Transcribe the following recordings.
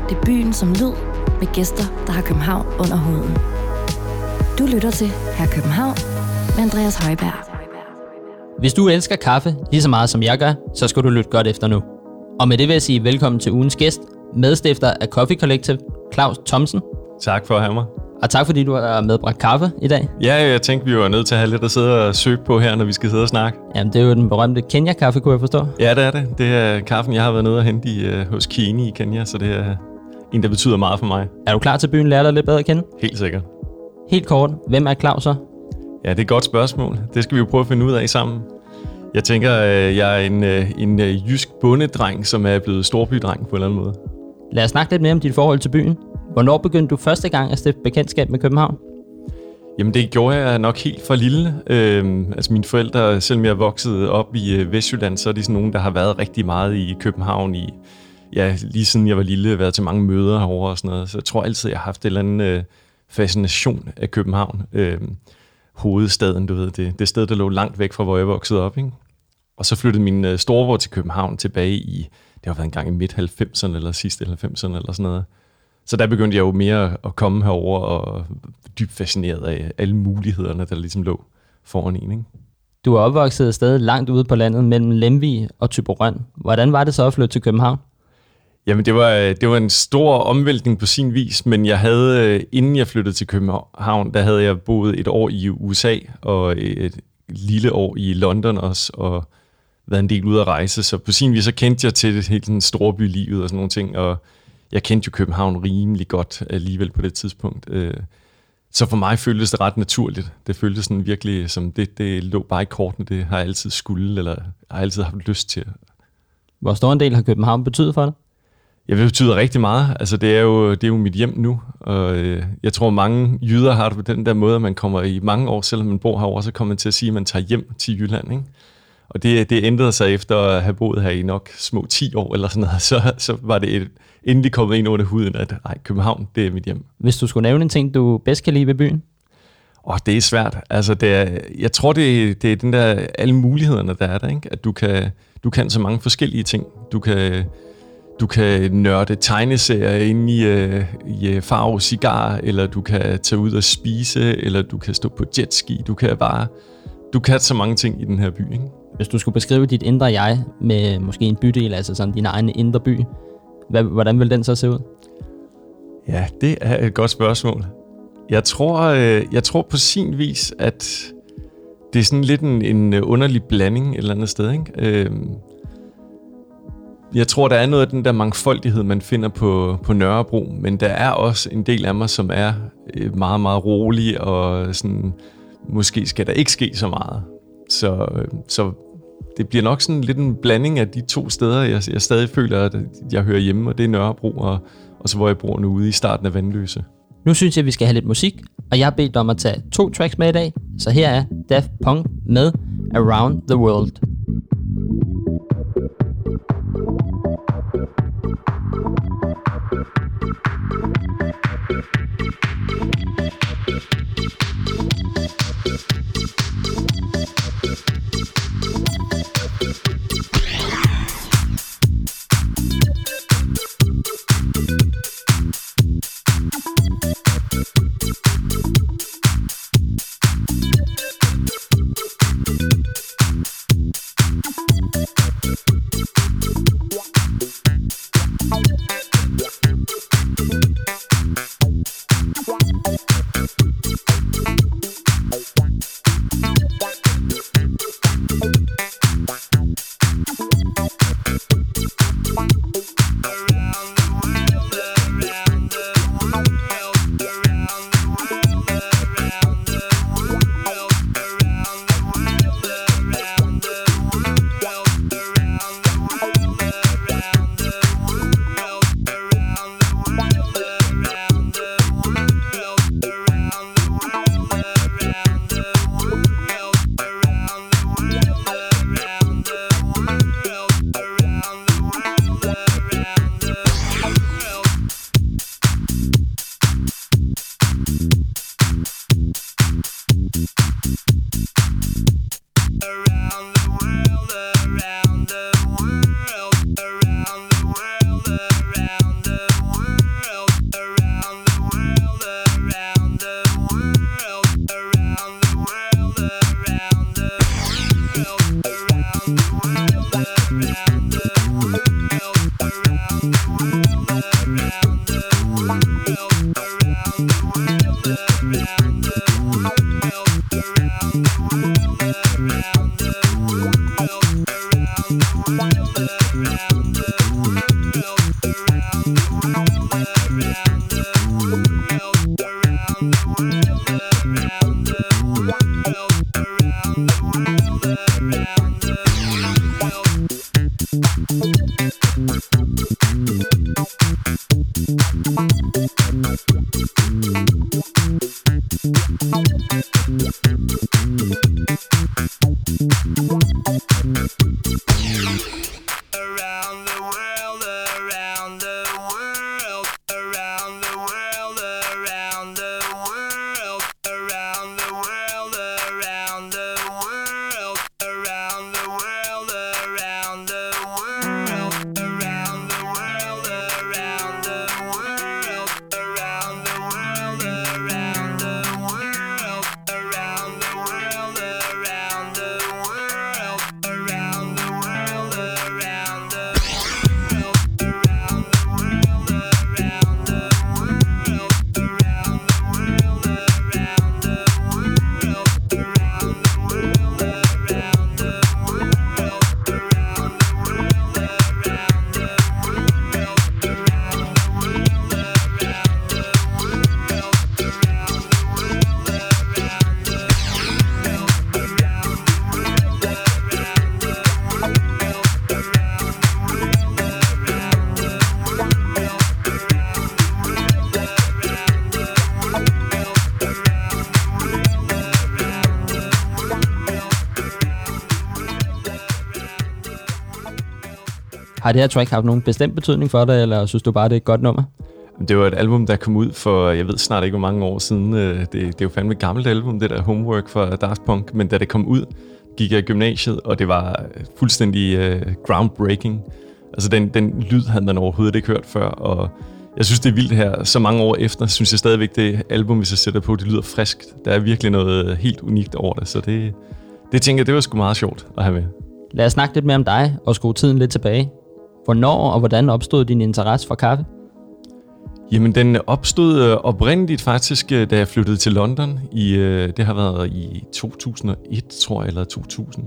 Det er byen som lyd, med gæster, der har København under huden. Du lytter til Her København med Andreas Højberg. Hvis du elsker kaffe lige så meget som jeg gør, så skal du lytte godt efter nu. Og med det vil jeg sige velkommen til ugens gæst, medstifter af Coffee Collective, Claus Thomsen. Tak for at have mig. Og tak fordi du har medbragt kaffe i dag. Ja, jeg tænkte, vi var nødt til at have lidt at sidde og søge på her, når vi skal sidde og snakke. Jamen, det er jo den berømte Kenya-kaffe, kunne jeg forstå. Ja, det er det. Det er kaffen, jeg har været nede og hente hos Kini i Kenya, så det er en, der betyder meget for mig. Er du klar til byen lærer dig lidt bedre at kende? Helt sikkert. Helt kort, hvem er Claus så? Ja, det er et godt spørgsmål. Det skal vi jo prøve at finde ud af sammen. Jeg tænker, jeg er en jysk bondedreng, som er blevet storbydreng på en eller anden måde. Lad os snakke lidt mere om dit forhold til byen. Hvornår begyndte du første gang at stifte bekendtskab med København? Jamen det gjorde jeg nok helt fra lille. Altså mine forældre, selvom jeg er vokset op i Vestjylland, så er de sådan nogen, der har været rigtig meget i København lige siden jeg var lille, været til mange møder herovre og sådan noget. Så jeg tror altid, jeg har haft en eller anden fascination af København. Hovedstaden, du ved, det sted, der lå langt væk fra, hvor jeg voksede op, ikke? Og så flyttede min storebror til København tilbage i, det har været en gang i midt-90'erne eller sidst 90'erne eller sådan noget. Så der begyndte jeg jo mere at komme herover og dybt fascineret af alle mulighederne, der ligesom lå foran en, ikke? Du er opvokset et sted langt ude på landet mellem Lemvig og Thyborøn. Hvordan var det så at flytte til København? Jamen det var en stor omvæltning på sin vis, men jeg havde, inden jeg flyttede til København, der havde jeg boet et år i USA og et lille år i London også, og været en del ude at rejse. Så på sin vis så kendte jeg til hele den store bylivet og sådan nogle ting, og jeg kendte jo København rimelig godt alligevel på det tidspunkt. Så for mig føltes det ret naturligt. Det føltes sådan virkelig som det lå bare i kortene. Det har jeg altid skulle, eller har altid haft lyst til. Hvor stor en del har København betydet for dig? Ja, det betyder rigtig meget. Altså det er jo mit hjem nu, og jeg tror mange jyder har det på den der måde, at man kommer i mange år, selvom man bor herovre, så kommer man til at sige, at man tager hjem til Jylland, ikke? Og det ændrede sig efter at have boet her i nok små 10 år eller sådan noget, så var det endelig kommet ind under huden, at København, det er mit hjem. Hvis du skulle nævne en ting, du bedst kan lide ved byen? Det er svært. Altså jeg tror, det er den der, alle mulighederne, der er der, ikke? At du kan så mange forskellige ting. Du kan nørde tegneserier inde i Faro Cigar, eller du kan tage ud og spise, eller du kan stå på jetski. Du kan så mange ting i den her by, ikke? Hvis du skulle beskrive dit indre jeg med måske en bydel, altså sådan din egen indre by, hvordan vil den så se ud? Ja, det er et godt spørgsmål. Jeg tror på sin vis, at det er sådan lidt en underlig blanding et eller andet sted, ikke? Jeg tror, der er noget af den der mangfoldighed, man finder på Nørrebro, men der er også en del af mig, som er meget, meget rolig, og sådan, måske skal der ikke ske så meget. Så det bliver nok sådan lidt en blanding af de to steder, jeg stadig føler, at jeg hører hjemme, og det er Nørrebro, og så hvor jeg bor nu ude i starten af Vandløse. Nu synes jeg, vi skal have lidt musik, og jeg har bedt dig om at tage 2 tracks med i dag, så her er Daft Punk med Around the World. Har det her track haft nogen bestemt betydning for dig, eller synes du bare, det er et godt nummer? Det var et album, der kom ud for, jeg ved snart ikke, hvor mange år siden. Det er jo fandme et gammelt album, det der Homework fra Daft Punk. Men da det kom ud, gik jeg i gymnasiet, og det var fuldstændig groundbreaking. Altså den lyd havde man overhovedet ikke hørt før, og jeg synes, det er vildt her. Så mange år efter, synes jeg stadigvæk, det album, hvis jeg sætter på, det lyder friskt. Der er virkelig noget helt unikt over det, så det tænker jeg, det var sgu meget sjovt at have med. Lad os snakke lidt mere om dig og skrue tiden lidt tilbage. Hvornår og hvordan opstod din interesse for kaffe? Jamen, den opstod oprindeligt faktisk, da jeg flyttede til London. Det har været i 2001, tror jeg, eller 2000.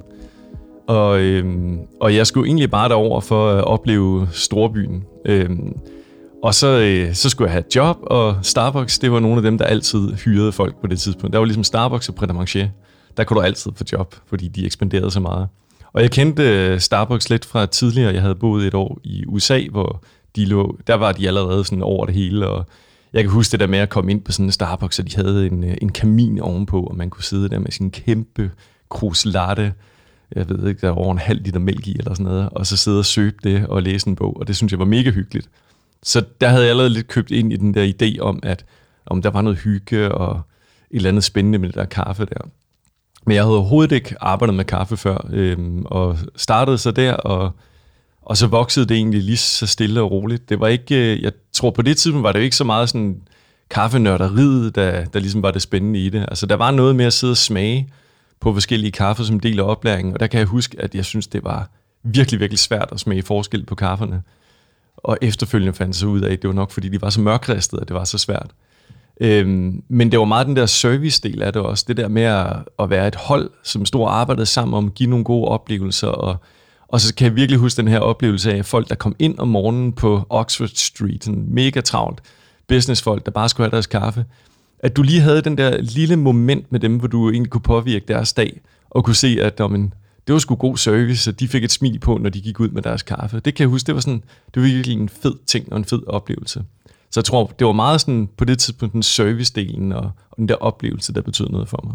Og jeg skulle egentlig bare derover for at opleve storbyen. Og så skulle jeg have et job, og Starbucks, det var nogle af dem, der altid hyrede folk på det tidspunkt. Der var ligesom Starbucks og Pret a Manger. Der kunne du altid få job, fordi de ekspanderede så meget. Og jeg kendte Starbucks lidt fra tidligere. Jeg havde boet et år i USA, hvor der var de allerede sådan over det hele. Og jeg kan huske det der med at komme ind på sådan en Starbucks, og de havde en kamin ovenpå, og man kunne sidde der med sin kæmpe krus latte. Jeg ved ikke, der var over en halv liter mælk i eller sådan noget. Og så sidde og søge det og læse en bog, og det synes jeg var mega hyggeligt. Så der havde jeg allerede lidt købt ind i den der idé om, at der var noget hygge og et eller andet spændende med det der kaffe der. Men jeg havde overhovedet ikke arbejdet med kaffe før, og startede så der, og så voksede det egentlig lige så stille og roligt. Det var ikke, jeg tror på det tidspunkt var det jo ikke så meget sådan kaffenørderiet, der ligesom var det spændende i det. Altså der var noget med at sidde og smage på forskellige kaffer som del af oplæringen, og der kan jeg huske, at jeg synes, det var virkelig, virkelig svært at smage forskel på kafferne. Og efterfølgende fandt jeg så ud af, at det var nok, fordi de var så mørkristede, at det var så svært. Men det var meget den der service-del af det også. Det der med at være et hold, som stod og arbejdede sammen om at give nogle gode oplevelser. Og så kan jeg virkelig huske den her oplevelse af folk, der kom ind om morgenen på Oxford Street, sådan mega travlt businessfolk, der bare skulle have deres kaffe. At du lige havde den der lille moment med dem, hvor du egentlig kunne påvirke deres dag, og kunne se, at det var sgu god service, og de fik et smil på, når de gik ud med deres kaffe. Det kan jeg huske, det var virkelig en fed ting og en fed oplevelse. Så jeg tror, det var meget sådan på det tidspunkt den service-delen og den der oplevelse, der betød noget for mig.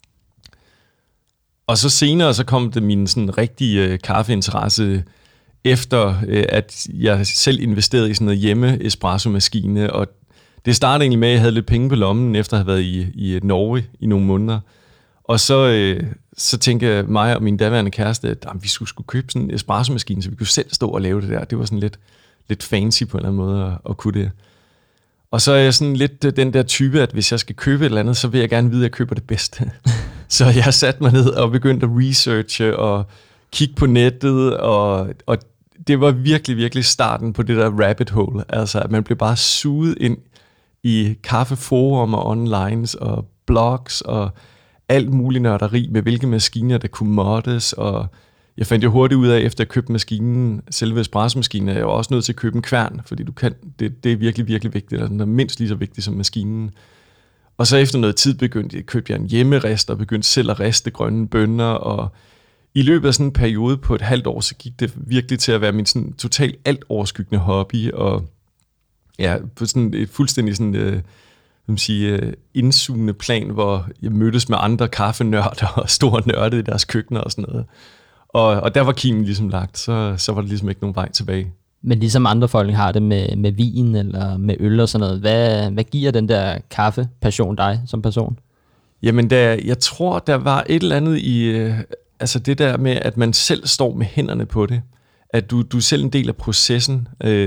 Og så senere så kom det min sådan rigtige kaffeinteresse efter, at jeg selv investerede i sådan noget hjemme espresso-maskine, og det startede egentlig med, at jeg havde lidt penge på lommen, efter at have været i Norge i nogle måneder. Og så tænkte jeg, mig og min daværende kæreste, at vi skulle købe sådan en espresso-maskine, så vi kunne selv stå og lave det der. Det var sådan lidt fancy på en eller anden måde at kunne det. Og så er jeg sådan lidt den der type, at hvis jeg skal købe et eller andet, så vil jeg gerne vide, at jeg køber det bedste. Så jeg har sat mig ned og begyndt at researche og kigge på nettet, og det var virkelig, virkelig starten på det der rabbit hole. Altså, at man blev bare suget ind i kaffeforum og online og blogs og alt muligt nørderi med hvilke maskiner, der kunne moddes, og jeg fandt jo hurtigt ud af, efter at købe maskinen, selve espresso-maskinen, er jeg jo også nødt til at købe en kværn, fordi det er virkelig, virkelig vigtigt, og den er mindst lige så vigtig som maskinen. Og så efter noget tid købte jeg en hjemmerist, og begyndte selv at riste grønne bønner, og i løbet af sådan en periode på et halvt år, så gik det virkelig til at være min sådan totalt alt overskyggende hobby, og ja, på sådan et fuldstændig sådan, indsugende plan, hvor jeg mødtes med andre kaffenørder og store nørde i deres køkkener og sådan noget. Og der var kimen ligesom lagt, så var der ligesom ikke nogen vej tilbage. Men ligesom andre folk har det med vin eller med øl og sådan noget, hvad giver den der kaffepassion dig som person? Jamen, jeg tror, der var et eller andet i altså det der med, at man selv står med hænderne på det. At du er selv en del af processen.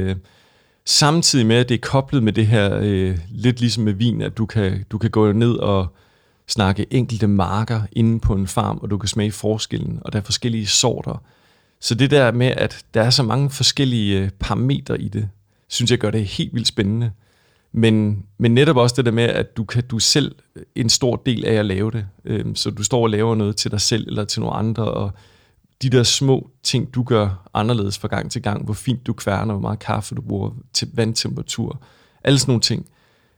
Samtidig med, at det er koblet med det her, lidt ligesom med vin, at du kan gå ned og snakke enkelte marker inde på en farm, og du kan smage forskellen, og der er forskellige sorter. Så det der med, at der er så mange forskellige parametre i det, synes jeg gør det helt vildt spændende. Men netop også det der med, at du selv en stor del af at lave det. Så du står og laver noget til dig selv eller til nogle andre, og de der små ting, du gør anderledes fra gang til gang, hvor fint du kværner, hvor meget kaffe du bruger, til vandtemperatur, alle sådan nogle ting,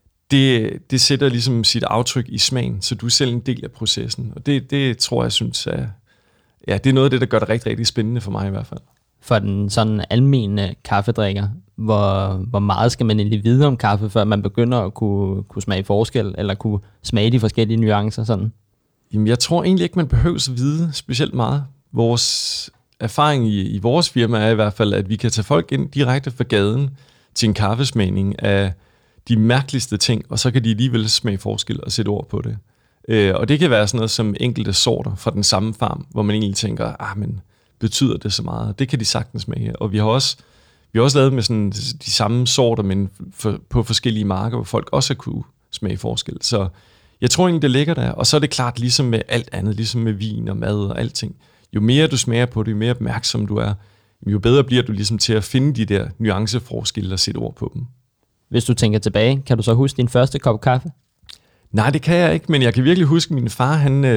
det sætter ligesom sit aftryk i smagen, så du er selv en del af processen. Og det tror jeg, synes er, ja, det er noget af det, der gør det rigtig, rigtig spændende for mig i hvert fald. For den sådan almene kaffedrikker, hvor meget skal man egentlig vide om kaffe, før man begynder at kunne smage forskel, eller kunne smage de forskellige nuancer sådan? Jamen, jeg tror egentlig ikke, man behøver at vide specielt meget. Vores erfaring i vores firma er i hvert fald, at vi kan tage folk ind direkte fra gaden til en kaffesmagning af de mærkeligste ting, og så kan de alligevel smage forskel og sætte ord på det. Og det kan være sådan noget som enkelte sorter fra den samme farm, hvor man egentlig tænker, men betyder det så meget? Det kan de sagtens smage. Og vi har også lavet med sådan de samme sorter, men på forskellige marker, hvor folk også har kunne smage forskel. Så jeg tror egentlig, det ligger der. Og så er det klart, ligesom med alt andet, ligesom med vin og mad og alting. Jo mere du smager på det, jo mere opmærksom du er, jo bedre bliver du ligesom til at finde de der nuanceforskelle og sætte ord på dem. Hvis du tænker tilbage, kan du så huske din første kop kaffe? Nej, det kan jeg ikke, men jeg kan virkelig huske, at min far,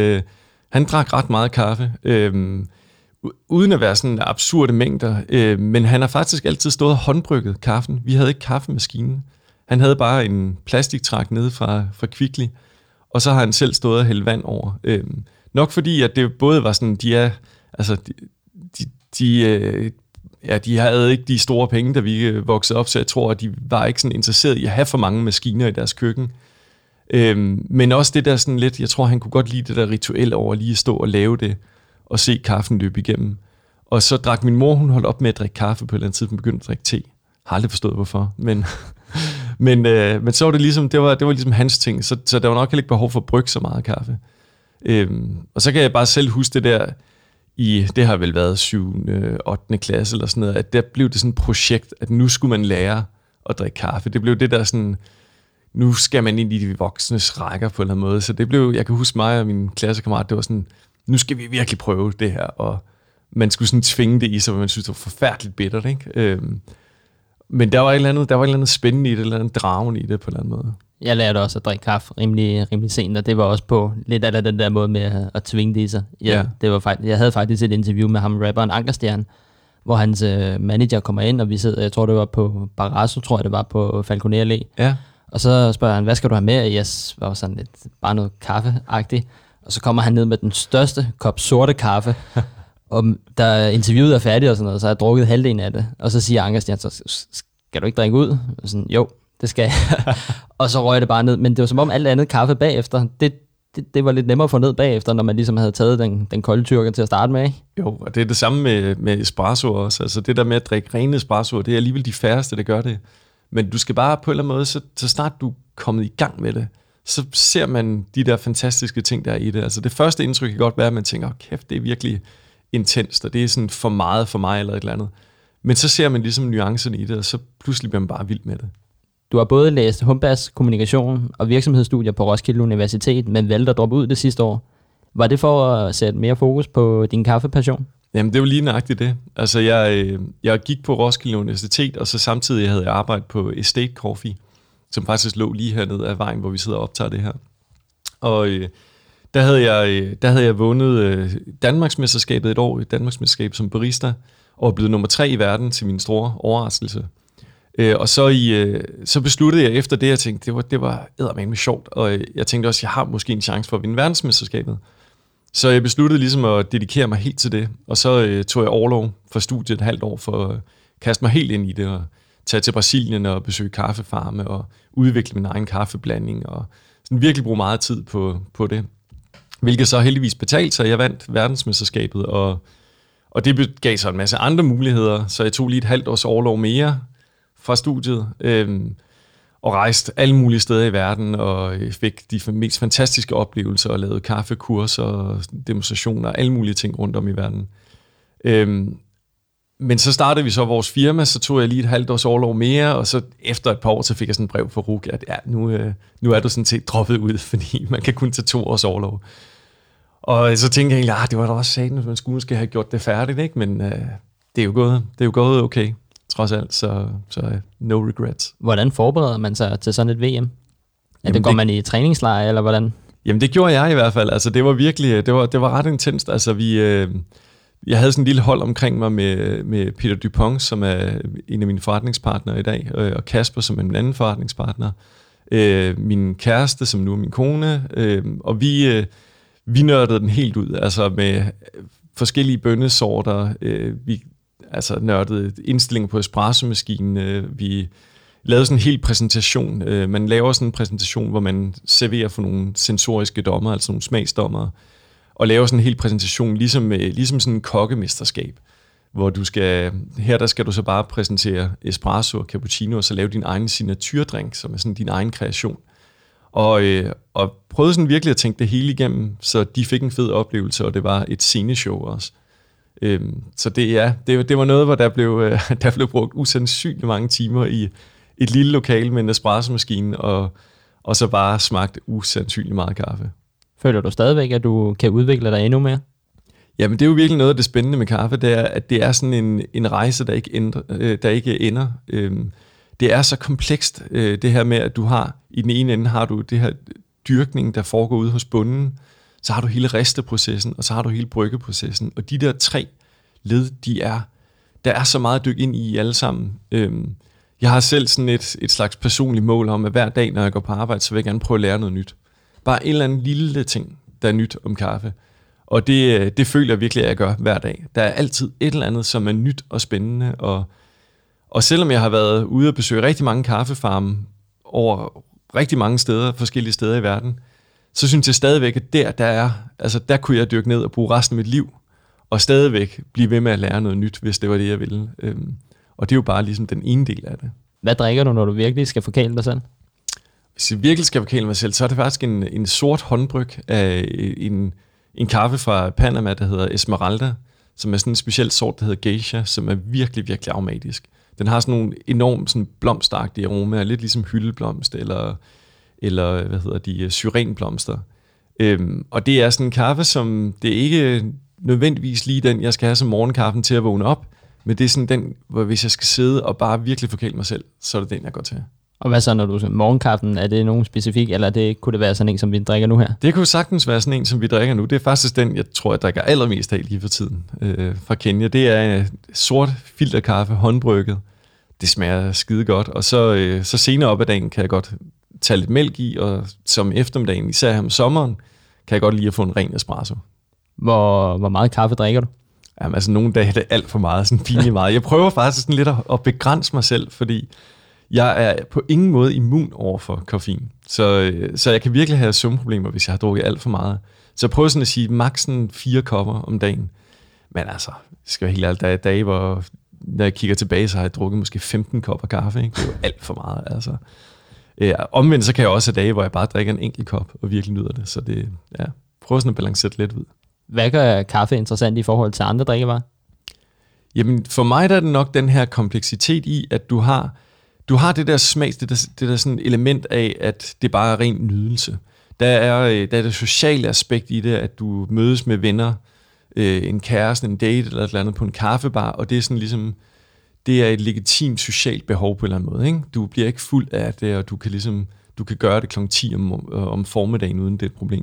han drak ret meget kaffe, uden at være sådan absurde mængder, men han har faktisk altid stået og håndbrygget kaffen. Vi havde ikke kaffemaskinen. Han havde bare en plastiktræk nede fra Kvickly, og så har han selv stået og hældt vand over. Nok fordi, at det både var sådan, de havde ikke de store penge, da vi voksede op, så jeg tror, at de var ikke sådan interesseret i at have for mange maskiner i deres køkken. Men også det der sådan lidt, jeg tror, han kunne godt lide det der rituel over lige at stå og lave det, og se kaffen løbe igennem. Og så drak min mor, hun holdt op med at drikke kaffe på et eller andet tidspunkt, begyndte at drikke te. Har aldrig forstået hvorfor, men så var det ligesom, det var ligesom hans ting, så der var nok heller ikke behov for at brygge så meget kaffe. Og så kan jeg bare selv huske det der, det har vel været 7. 8. klasse eller sådan noget, at der blev det sådan et projekt, at nu skulle man lære at drikke kaffe. Det blev det der sådan, nu skal man ind i de voksnes rækker på en eller anden måde. Så det blev, jeg kan huske mig og min klassekammerat, det var sådan, nu skal vi virkelig prøve det her, og man skulle sådan tvinge det i sig, hvor man synes, det var forfærdeligt bittert, ikke? Men der var et eller andet spændende i det, et eller andet dragen i det på en eller anden måde. Jeg lærte også at drikke kaffe rimelig sent, og det var også på lidt af den der måde med at tvinge det i sig. Ja. Jeg havde faktisk et interview med ham, rapperen Ankerstjerne, hvor hans manager kommer ind, og vi sidder, jeg tror det var på Barrasso, tror jeg det var på Falconer Allé. Ja. Og så spørger han, hvad skal du have med? Jeg var sådan lidt, bare noget kaffe-agtigt. Og så kommer han ned med den største kop sorte kaffe, og da interviewet er færdigt og sådan noget, så har jeg drukket halvdelen af det. Og så siger Ankerstjerne, så skal du ikke drikke ud? Og sådan, jo, det skal jeg. Og så røg jeg det bare ned. Men det var som om alt andet kaffe bagefter, det var lidt nemmere at få ned bagefter, når man ligesom havde taget den kolde tyrker til at starte med, ikke? Jo, og det er det samme med espresso også. Altså det der med at drikke rene espresso, det er alligevel de færreste, der gør det. Men du skal bare på en eller anden måde, så snart du er kommet i gang med det, så ser man de der fantastiske ting, der er i det. Altså det første indtryk kan godt være, at man tænker, kæft, det er virkelig intenst, og det er sådan for meget for mig eller et eller andet. Men så ser man ligesom nuancerne i det, og så pludselig bliver man bare vild med det. Du har både læst Humbas kommunikation og virksomhedsstudier på Roskilde Universitet, men valgte at droppe ud det sidste år. Var det for at sætte mere fokus på din kaffepassion? Jamen, det var lige nøjagtigt det. Altså, jeg gik på Roskilde Universitet, og så samtidig havde jeg arbejdet på Estate Coffee, som faktisk lå lige hernede af vejen, hvor vi sidder og optager det her. Og der havde jeg vundet Danmarksmesterskabet et år, et Danmarksmesterskab som barista, og blevet nummer 3 i verden til min store overraskelse. Og så besluttede jeg efter det, jeg tænkte, det var eddermame sjovt, og jeg tænkte også, jeg har måske en chance for at vinde verdensmesterskabet. Så jeg besluttede ligesom at dedikere mig helt til det, og så tog jeg orlov fra studiet et halvt år for at kaste mig helt ind i det, og tage til Brasilien og besøge kaffefarme, og udvikle min egen kaffeblanding, og sådan virkelig bruge meget tid på det. Hvilket så heldigvis betalte sig. Jeg vandt verdensmesterskabet, og det gav så en masse andre muligheder, så jeg tog lige et halvt års orlov mere fra studiet, og rejste alle mulige steder i verden, og fik de mest fantastiske oplevelser, og lavede kaffekurser, og demonstrationer, og alle mulige ting rundt om i verden. Men så startede vi så vores firma, så tog jeg lige et halvt års orlov mere, og så efter et par år, så fik jeg sådan et brev fra RUC, at ja, nu er du sådan set droppet ud, fordi man kan kun tage 2 års orlov. Og så tænkte jeg egentlig, det var da også satan, at man skulle måske have gjort det færdigt, ikke? Men det er jo gået okay, trods alt, så no regrets. Hvordan forbereder man sig til sådan et VM? Går man i træningslejr, eller hvordan? Jamen det gjorde jeg i hvert fald. Altså det var virkelig, det var ret intenst. Altså jeg havde sådan en lille hold omkring mig med Peter Dupont, som er en af mine forretningspartnere i dag, og Kasper, som er min anden forretningspartner. Min kæreste, som nu er min kone, og vi nørdede den helt ud, altså med forskellige bønnesorter. Vi nørdede indstillinger på espresso-maskinen. Vi lavede sådan en hel præsentation. Man laver sådan en præsentation, hvor man serverer for nogle sensoriske dommer, altså nogle smagsdommer, og laver sådan en hel præsentation, ligesom sådan en kokkemesterskab, hvor der skal du så bare præsentere espresso og cappuccino, og så lave din egen signaturdrink, som er sådan din egen kreation. Og prøvede sådan virkelig at tænke det hele igennem, så de fik en fed oplevelse, og det var et sceneshow også. Så det var noget, hvor der blev brugt usandsynligt mange timer i et lille lokale med en espresso-maskine, og så bare smagt usandsynligt meget kaffe. Føler du stadigvæk, at du kan udvikle dig endnu mere? Jamen det er jo virkelig noget af det spændende med kaffe, det er, at det er sådan en rejse, der ikke ender. Det er så komplekst, det her med, at du har, i den ene ende har du det her dyrkning, der foregår ude hos bunden, så har du hele risteprocessen, og så har du hele bryggeprocessen, og de der 3 led, der er så meget at dykke ind i alle sammen. Jeg har selv sådan et slags personligt mål om, at hver dag, når jeg går på arbejde, så vil jeg gerne prøve at lære noget nyt. Bare en eller anden lille ting, der er nyt om kaffe. Og det føler jeg virkelig, at jeg gør hver dag. Der er altid et eller andet, som er nyt og spændende, og selvom jeg har været ude og besøge rigtig mange kaffefarme over rigtig mange steder, forskellige steder i verden, så synes jeg stadigvæk, at der kunne jeg dykke ned og bruge resten af mit liv, og stadigvæk blive ved med at lære noget nyt, hvis det var det, jeg ville. Og det er jo bare ligesom den ene del af det. Hvad drikker du, når du virkelig skal forkæle dig selv? Hvis jeg virkelig skal forkæle mig selv, så er det faktisk en sort håndbryg af en kaffe fra Panama, der hedder Esmeralda, som er sådan en speciel sort, der hedder Geisha, som er virkelig, virkelig aromatisk. Den har sådan nogle enormt sådan blomstagtige aromaer, lidt ligesom hyldeblomst eller syrenblomster. Og det er sådan en kaffe, som det er ikke nødvendigvis lige den, jeg skal have som morgenkaffen til at vågne op, men det er sådan den, hvor hvis jeg skal sidde og bare virkelig forkæle mig selv, så er det den, jeg går til. Og hvad så, når du siger morgenkaffen? Er det nogen specifik, eller kunne det være sådan en, som vi drikker nu her? Det kunne sagtens være sådan en, som vi drikker nu. Det er faktisk den, jeg tror, jeg drikker allermest af lige for tiden fra Kenya. Det er sort filterkaffe, håndbrygget. Det smager skide godt. Og så senere op ad dagen kan jeg godt tage lidt mælk i, og som eftermiddagen, især her om sommeren, kan jeg godt lide at få en ren espresso. Hvor meget kaffe drikker du? Jamen altså nogle dage er det alt for meget, sådan pinligt meget. Jeg prøver faktisk sådan lidt at begrænse mig selv, fordi jeg er på ingen måde immun over for koffein. Så jeg kan virkelig have søvnproblemer, hvis jeg har drukket alt for meget. Så jeg prøver sådan at sige maks 4 kopper om dagen. Men altså, det skal være helt ærligt, der er dage, hvor når jeg kigger tilbage, så har jeg drukket måske 15 kopper kaffe. Ikke? Det er jo alt for meget. Altså. Omvendt så kan jeg også have dage, hvor jeg bare drikker en enkelt kop og virkelig nyder det. Så det, prøver sådan at balancere lidt ud. Hvad gør kaffe interessant i forhold til andre drikkevarer? Jamen for mig der er det nok den her kompleksitet i, at du har det der smags, det der sådan element af, at det bare er ren nydelse. Der er det sociale aspekt i det, at du mødes med venner, en kæreste, en date eller et eller andet på en kaffebar, og det er sådan ligesom, det er et legitimt socialt behov på en eller anden måde. Ikke? Du bliver ikke fuld af det, og du kan gøre det kl. 10 om formiddagen, uden det er et problem.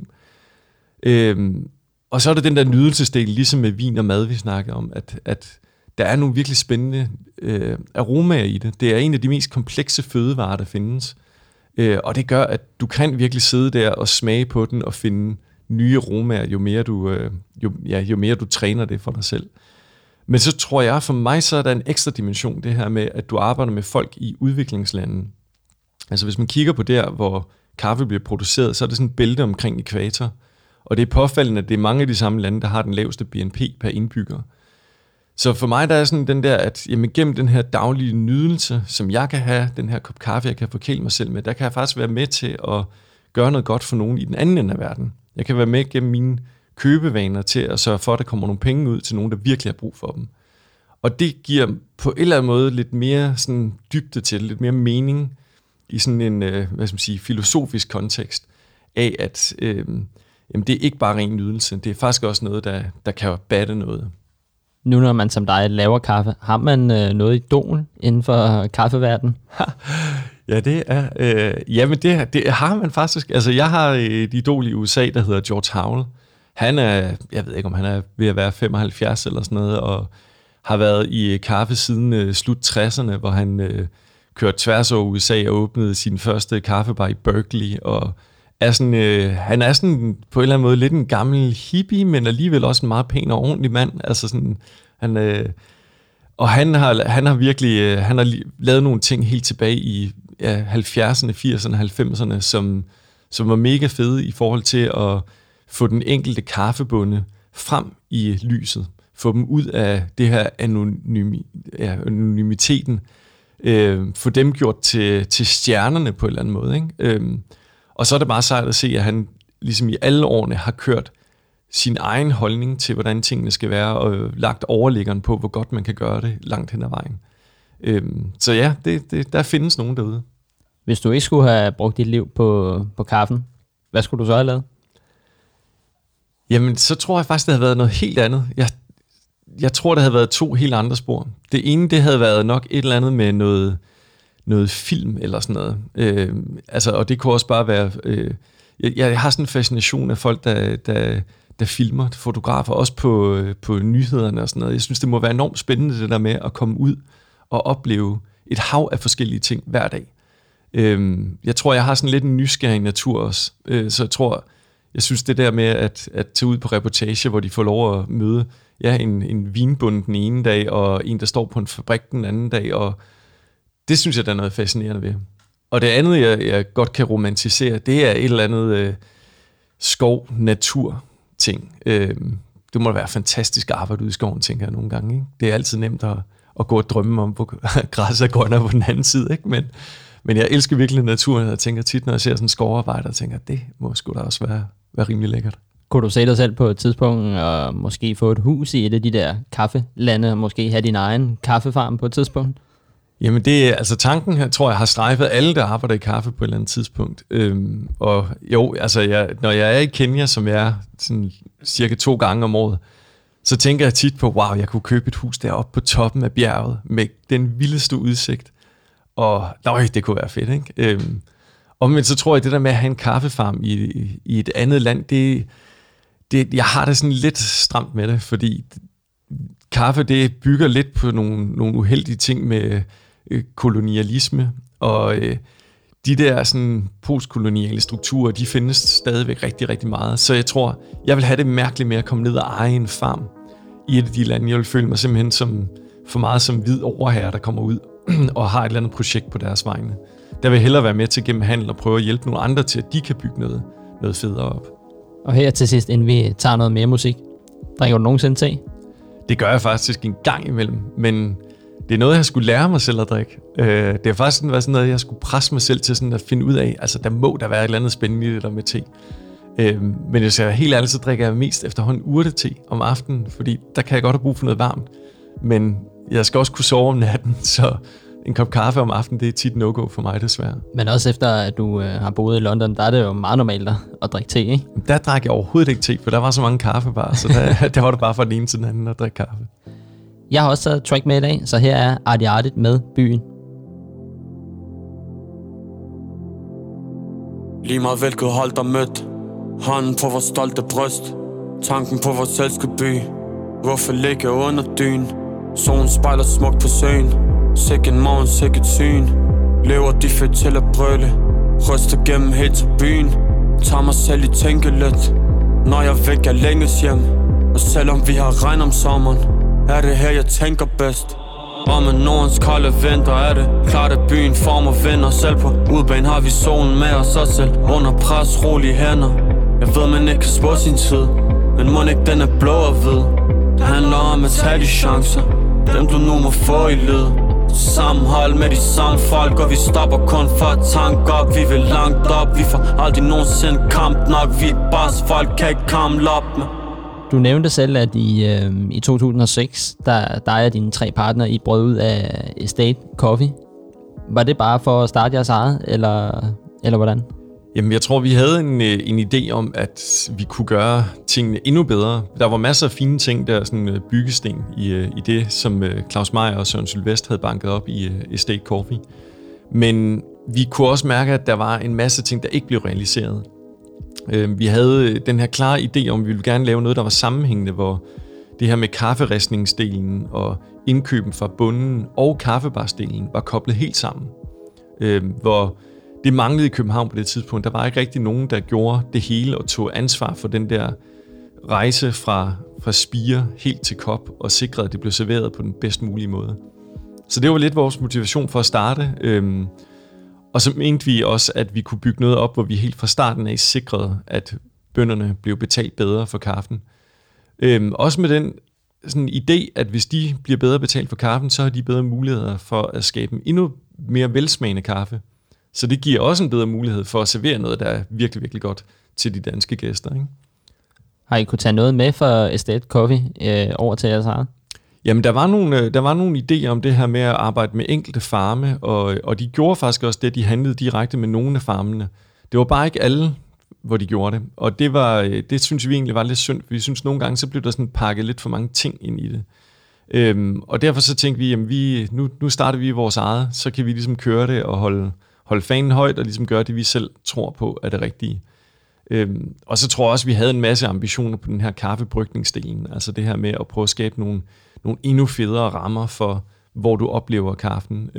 Og så er det den der nydelsesdel, ligesom med vin og mad, vi snakker om, at der er nogle virkelig spændende aromaer i det. Det er en af de mest komplekse fødevarer, der findes. Og det gør, at du kan virkelig sidde der og smage på den og finde nye aromaer, jo mere du træner det for dig selv. Men så tror jeg, for mig så er der en ekstra dimension, det her med, at du arbejder med folk i udviklingslande. Altså hvis man kigger på der, hvor kaffe bliver produceret, så er det sådan et bælte omkring ækvator. Og det er påfaldende, at det er mange af de samme lande, der har den laveste BNP per indbygger. Så for mig der er sådan den der, at jamen, gennem den her daglige nydelse, som jeg kan have, den her kop kaffe, jeg kan forkæle mig selv med, der kan jeg faktisk være med til at gøre noget godt for nogen i den anden ende af verden. Jeg kan være med gennem mine købevaner til at sørge for, at der kommer nogle penge ud til nogen, der virkelig har brug for dem. Og det giver på en eller anden måde lidt mere sådan dybde til, lidt mere mening i sådan en filosofisk kontekst af, at jamen, det er ikke bare ren nydelse, det er faktisk også noget, der kan batte noget. Nu når man som dig laver kaffe, har man noget idol inden for kaffeverdenen? Ja, det er. Jamen, det har man faktisk. Altså, jeg har et idol i USA, der hedder George Howell. Han er, jeg ved ikke, om han er ved at være 75 eller sådan noget, og har været i kaffe siden slut 60'erne, hvor han kørte tværs over USA og åbnede sin første kaffebar i Berkeley, og er sådan, han er sådan på en eller anden måde lidt en gammel hippie, men alligevel også en meget pæn og ordentlig mand. Altså sådan, han har virkelig han har lavet nogle ting helt tilbage i 70'erne, 80'erne, 90'erne, som var mega fede i forhold til at få den enkelte kaffebonde frem i lyset. Få dem ud af det her anonymiteten. Få dem gjort til stjernerne på en eller anden måde, ikke? Og så er det bare sejt at se, at han ligesom i alle årene har kørt sin egen holdning til, hvordan tingene skal være, og lagt overliggeren på, hvor godt man kan gøre det langt hen ad vejen. Så ja, der findes nogen derude. Hvis du ikke skulle have brugt dit liv på kaffen, hvad skulle du så have lavet? Jamen, så tror jeg faktisk, det havde været noget helt andet. Jeg tror, det havde været 2 helt andre spor. Det ene, det havde været nok et eller andet med noget film eller sådan noget. Og det kunne også bare være... Jeg har sådan en fascination af folk, der filmer, fotografer, også på nyhederne og sådan noget. Jeg synes, det må være enormt spændende, det der med at komme ud og opleve et hav af forskellige ting hver dag. Jeg tror, jeg har sådan lidt en nysgerrig natur også. Så jeg synes, det der med at tage ud på reportage, hvor de får lov at møde en vinbonde den ene dag, og en, der står på en fabrik den anden dag, og det synes jeg, der er noget fascinerende ved. Og det andet, jeg godt kan romantisere, det er et eller andet skov-natur-ting. Det må da være fantastisk arbejde ude i skoven, tænker jeg nogle gange. Ikke? Det er altid nemt at gå og drømme om, hvor græs er grønnere på den anden side. Ikke? Men jeg elsker virkelig naturen, og jeg tænker tit, når jeg ser sådan en skovarbejder, og tænker, det må sgu da også være rimelig lækkert. Kunne du se dig selv på et tidspunkt og måske få et hus i et af de der kaffelande, og måske have din egen kaffefarm på et tidspunkt? Jamen det er, altså tanken her, tror jeg, har strejfet alle, der arbejder i kaffe på et eller andet tidspunkt. Og jo, altså når jeg er i Kenya, som jeg er sådan cirka 2 gange om året, så tænker jeg tit på, wow, jeg kunne købe et hus deroppe på toppen af bjerget, med den vildeste udsigt. Og det kunne være fedt, ikke? Men så tror jeg, det der med at have en kaffefarm i et andet land, jeg har det sådan lidt stramt med det, fordi kaffe, det bygger lidt på nogle uheldige ting med kolonialisme, og de der sådan postkoloniale strukturer, de findes stadigvæk rigtig, rigtig meget. Så jeg tror, jeg vil have det mærkeligt med at komme ned og eje en farm i et af de lande. Jeg vil føle mig simpelthen for meget som hvid overherre, der kommer ud og har et eller andet projekt på deres vegne. Der vil hellere være med til gennem handel og prøve at hjælpe nogle andre til, at de kan bygge noget federe op. Og her til sidst, inden vi tager noget mere musik, drikker du nogensinde te? Det gør jeg faktisk en gang imellem, men det er noget, jeg skulle lære mig selv at drikke. Det har faktisk været sådan noget, jeg skulle presse mig selv til sådan at finde ud af. Altså, der må der være et eller andet spændende i det der med te. Men hvis jeg er helt ærlig, så drikker jeg mest efterhånden urtete om aftenen, fordi der kan jeg godt have brug for noget varmt. Men jeg skal også kunne sove om natten, så en kop kaffe om aftenen, det er tit no-go for mig, desværre. Men også efter, at du har boet i London, der er det jo meget normalt at drikke te, ikke? Der drak jeg overhovedet ikke te, for der var så mange kaffebarer, så der var det bare fra den ene til den anden at drikke kaffe. Jeg har også taget track med i dag, så her er Artie Artie med Byen. Lige meget hvilket hold der mødt, hånden på vores stolte bryst, tanken på vores elskede by. Hvorfor ligge under dyn? Solen spejler smukt på søen, sikke en morgen, sikke et syn. Lever de fedt til at brøle, ryster gennem helt til byen. Tager mig selv i tænkelet, Når jeg væk er længes hjem. Og selvom vi har regn om sommeren, er det her jeg tænker bedst. Og med Nordens kolde vinter er det klart at byen former vinder. Selv på udbanen har vi solen med os og selv under pres rolige hænder. Jeg ved man ikke kan spå sin tid, men må ikke den er blå og hvid. Det handler om at tage de chancer, dem du nu må få i lyd. Sammenhold med de samme folk, og vi stopper kun for at tanke op. Vi vil langt op, vi får aldrig nogensinde kamp nok. Vi er bars, folk kan ikke kamle op med. Du nævnte selv, at i 2006, der er dine 3 partnere, I brød ud af Estate Coffee. Var det bare for at starte jeres eget, eller hvordan? Jamen, jeg tror, vi havde en idé om, at vi kunne gøre tingene endnu bedre. Der var masser af fine ting der, sådan byggesten i det, som Claus Meyer og Søren Sylvest havde banket op i Estate Coffee. Men vi kunne også mærke, at der var en masse ting, der ikke blev realiseret. Vi havde den her klare idé om, at vi ville gerne lave noget, der var sammenhængende, hvor det her med kafferistningsdelen og indkøben fra bunden og kaffebarsdelen var koblet helt sammen. Hvor det manglede i København på det tidspunkt. Der var ikke rigtig nogen, der gjorde det hele og tog ansvar for den der rejse fra spire helt til kop og sikrede, at det blev serveret på den bedst mulige måde. Så det var lidt vores motivation for at starte. Og så mente vi også, at vi kunne bygge noget op, hvor vi helt fra starten af sikrede, at bønderne blev betalt bedre for kaffen. Også med den sådan idé, at hvis de bliver bedre betalt for kaffen, så har de bedre muligheder for at skabe en endnu mere velsmagende kaffe. Så det giver også en bedre mulighed for at servere noget, der er virkelig, virkelig godt til de danske gæster. Ikke? Har I kunne tage noget med fra Estate Coffee over til jeres eget? Jamen, der var nogle idéer om det her med at arbejde med enkelte farme, og de gjorde faktisk også det, de handlede direkte med nogle af farmene. Det var bare ikke alle, hvor de gjorde det, og det synes vi egentlig var lidt synd, for vi synes nogle gange, så blev der sådan pakket lidt for mange ting ind i det. Og derfor så tænkte vi, jamen nu starter vi vores eget, så kan vi ligesom køre det og holde fanen højt og ligesom gøre det, vi selv tror på er det rigtige. Og så tror jeg også, vi havde en masse ambitioner på den her kaffebrygningsdelen, altså det her med at prøve at skabe nogle endnu federe rammer for, hvor du oplever kaffen.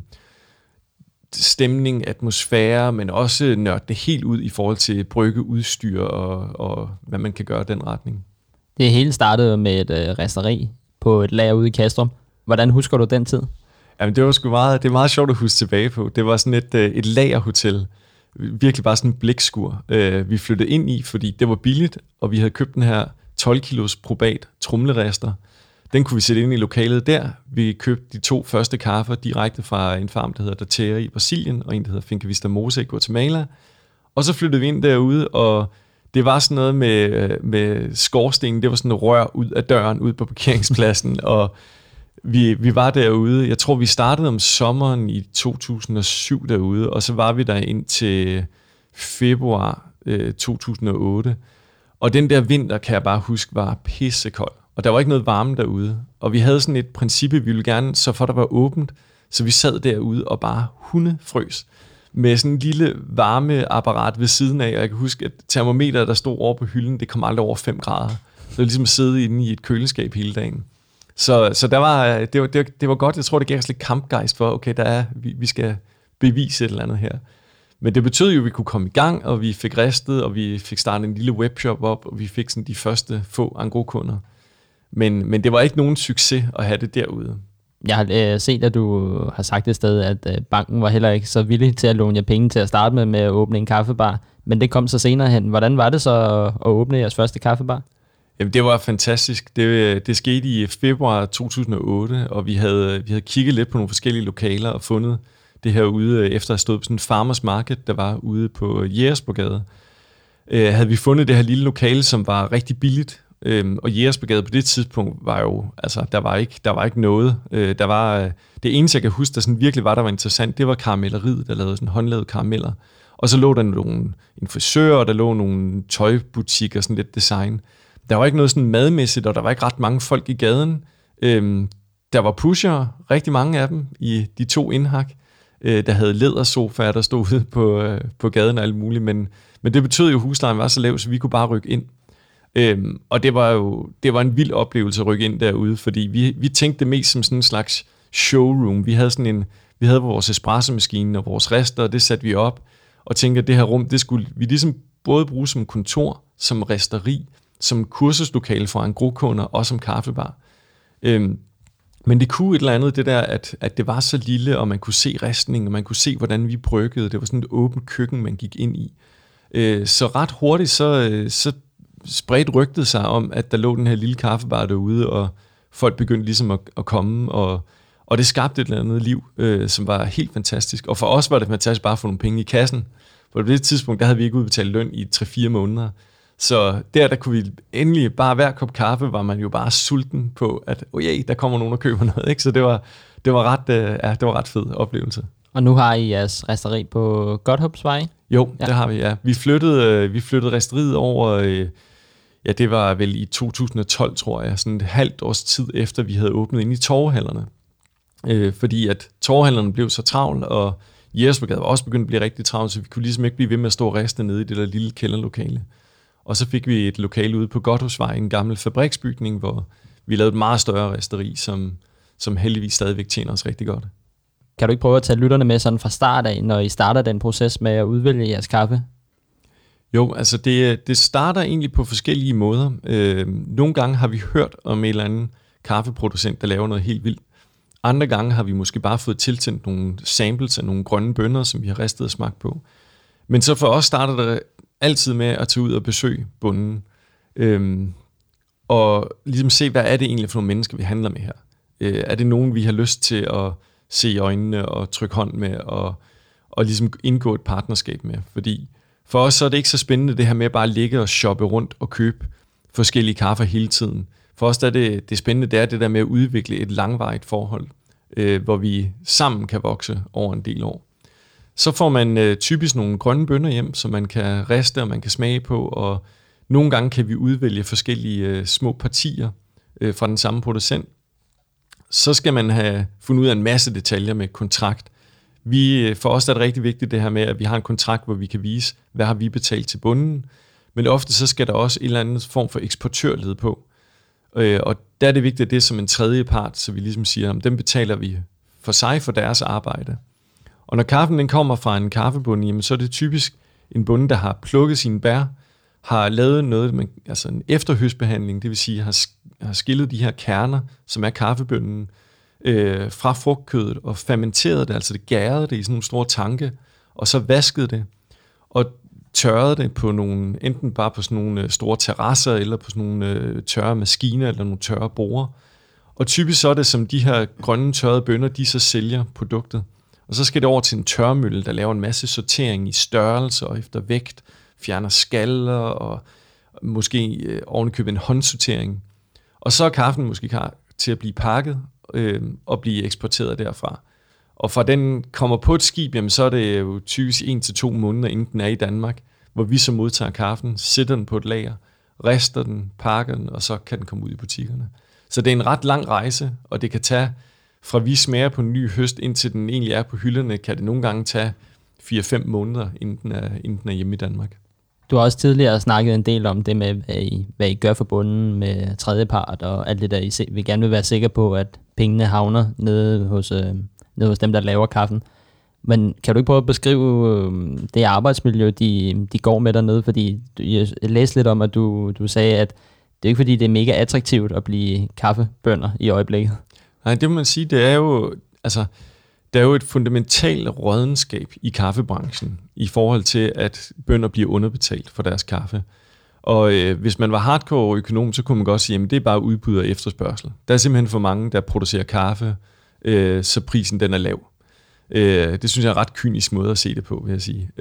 Stemning, atmosfære, men også nørde det helt ud i forhold til bryggeudstyr og hvad man kan gøre i den retning. Det hele startede med et resteri på et lager ude i Kastrup. Hvordan husker du den tid? Jamen, det er meget sjovt at huske tilbage på. Det var sådan et lagerhotel. Virkelig bare sådan en blækskur. Vi flyttede ind i, fordi det var billigt, og vi havde købt den her 12 kilos probat tromlerester. Den kunne vi sætte ind i lokalet der. Vi købte de 2 første kaffer direkte fra en farm, der hedder Daterra i Brasilien, og en, der hedder Finca Vista Mosa i Guatemala. Og så flyttede vi ind derude, og det var sådan noget med skorstenen. Det var sådan et rør ud af døren, ud på parkeringspladsen, og vi var derude. Jeg tror, vi startede om sommeren i 2007 derude, og så var vi der indtil februar 2008. Og den der vinter, kan jeg bare huske, var pissekold. Og der var ikke noget varme derude. Og vi havde sådan et princip, vi ville gerne, så for der var åbent, så vi sad derude og bare hundefrøs med sådan en lille varmeapparat ved siden af. Og jeg kan huske, at termometeret, der stod over på hylden, det kom aldrig over 5 grader. Så det var ligesom at sidde inde i et køleskab hele dagen. Så det var godt. Jeg tror, det gav os lidt kampgejst for, okay, vi skal bevise et eller andet her. Men det betød jo, at vi kunne komme i gang, og vi fik ristet, og vi fik startet en lille webshop op, og vi fik sådan de første få engroskunder. Men det var ikke nogen succes at have det derude. Jeg har set, at du har sagt et sted, at banken var heller ikke så villig til at låne jer penge til at starte med at åbne en kaffebar. Men det kom så senere hen. Hvordan var det så at åbne jeres første kaffebar? Jamen, det var fantastisk. Det skete i februar 2008, og vi havde kigget lidt på nogle forskellige lokaler og fundet det her ude, efter at have stået på sådan en farmers market, der var ude på Jægersborgade. Havde vi fundet det her lille lokale, som var rigtig billigt, og Jægersborgade på det tidspunkt var jo, altså der var ikke noget. Det eneste, jeg kan huske, der sådan virkelig var interessant, det var karamelleriet, der lavede sådan håndlavede karameller. Og så lå der en frisør, og der lå nogle tøjbutikker, sådan lidt design. Der var ikke noget sådan madmæssigt, og der var ikke ret mange folk i gaden. Der var pushere, rigtig mange af dem, i de 2 indhak, der havde lædersofaer, der stod ude på gaden og alt muligt. Men det betød jo, at huslejen var så lav, så vi kunne bare rykke ind. Og det var en vild oplevelse at rykke ind derude, fordi vi tænkte det mest som sådan en slags showroom. Vi havde vores espresso-maskine og vores rester, og det satte vi op, og tænkte, at det her rum, det skulle vi ligesom både bruges som kontor, som resteri, som kursuslokale for engroskunder og som kaffebar. Men det kunne et eller andet, det der, at det var så lille, og man kunne se ristningen, og man kunne se, hvordan vi bryggede. Det var sådan et åbent køkken, man gik ind i. Så ret hurtigt, så spredte rygtet sig om, at der lå den her lille kaffebar derude, og folk begyndte ligesom at komme, og det skabte et eller andet liv, som var helt fantastisk. Og for os var det fantastisk bare at få nogle penge i kassen. For på det tidspunkt, der havde vi ikke udbetalt løn i 3-4 måneder. Så der kunne vi endelig bare hver kop kaffe, var man jo bare sulten på, at der kommer nogen og køber noget. Ikke? Så det var ret fed oplevelse. Og nu har I jeres resteri på Godthåbsvej? Jo, det har vi, ja. Vi flyttede resteriet over, det var vel i 2012, tror jeg, sådan et halvt års tid efter, vi havde åbnet ind i torvehallerne. Fordi at torvehallerne blev så travlt, og Jægersborgade var også begyndt at blive rigtig travlt, så vi kunne ligesom ikke blive ved med at stå og riste nede i det der lille kælderlokale. Og så fik vi et lokale ude på Godthåbsvej, en gammel fabriksbygning, hvor vi lavede et meget større resteri, som heldigvis stadigvæk tjener os rigtig godt. Kan du ikke prøve at tage lytterne med sådan fra start af, når I starter den proces med at udvælge jeres kaffe? Jo, altså det starter egentlig på forskellige måder. Nogle gange har vi hørt om en eller anden kaffeproducent, der laver noget helt vildt. Andre gange har vi måske bare fået tilsendt nogle samples af nogle grønne bønner, som vi har ristet og smagt på. Men så for os starter det altid med at tage ud og besøge bonden. Og ligesom se, hvad er det egentlig for nogle mennesker, vi handler med her. Er det nogen, vi har lyst til at se i øjnene og trykke hånd med og ligesom indgå et partnerskab med? Fordi for os så er det ikke så spændende det her med at bare ligge og shoppe rundt og købe forskellige kaffer hele tiden. For os er det spændende, det er det der med at udvikle et langvarigt forhold, hvor vi sammen kan vokse over en del år. Så får man typisk nogle grønne bønner hjem, som man kan riste og man kan smage på, og nogle gange kan vi udvælge forskellige små partier fra den samme producent. Så skal man have fundet ud af en masse detaljer med kontrakt. For os er det rigtig vigtigt det her med, at vi har en kontrakt, hvor vi kan vise, hvad har vi betalt til bunden. Men ofte så skal der også en eller anden form for eksportørled på. Og der er det vigtigt, at det er som en tredje part, så vi ligesom siger, at dem betaler vi for sig for deres arbejde. Og når kaffen den kommer fra en kaffebonde, jamen, så er det typisk en bonde, der har plukket sine bær, har lavet noget, altså en efterhøstbehandling, det vil sige har skillet de her kerner, som er kaffebønnen, fra frugtkødet og fermenteret det, altså det gærede det i sådan nogle store tanke, og så vaskede det, og tørrede det på nogle, enten bare på sådan nogle store terrasser, eller på sådan nogle tørre maskiner, eller nogle tørre borer. Og typisk så er det, som de her grønne tørrede bønner, de så sælger produktet. Og så skal det over til en tørmølle, der laver en masse sortering i størrelse og efter vægt, fjerner skaller og måske ovenikøbet en håndsortering. Og så er kaffen måske klar til at blive pakket og blive eksporteret derfra. Og fra den kommer på et skib, jamen, så er det jo typisk 1-2 måneder, inden den er i Danmark, hvor vi så modtager kaffen, sætter den på et lager, rister den, pakker den, og så kan den komme ud i butikkerne. Så det er en ret lang rejse, og det kan tage, fra vi smager på en ny høst, indtil den egentlig er på hylderne, kan det nogle gange tage 4-5 måneder, inden den er hjemme i Danmark. Du har også tidligere snakket en del om det med, hvad I gør for bunden med tredjepart og alt det der, I vil gerne vil være sikre på, at pengene havner nede hos dem, der laver kaffen. Men kan du ikke prøve at beskrive det arbejdsmiljø, de går med dernede? Fordi jeg læste lidt om, at du sagde, at det er ikke fordi, det er mega attraktivt at blive kaffebønder i øjeblikket. Nej, det må man sige, det er jo, altså, der er jo et fundamentalt rådenskab i kaffebranchen i forhold til, at bønder bliver underbetalt for deres kaffe. Og hvis man var hardcore økonom, så kunne man godt sige, at det er bare udbud og efterspørgsel. Der er simpelthen for mange, der producerer kaffe, så prisen den er lav. Det synes jeg er en ret kynisk måde at se det på, vil jeg sige.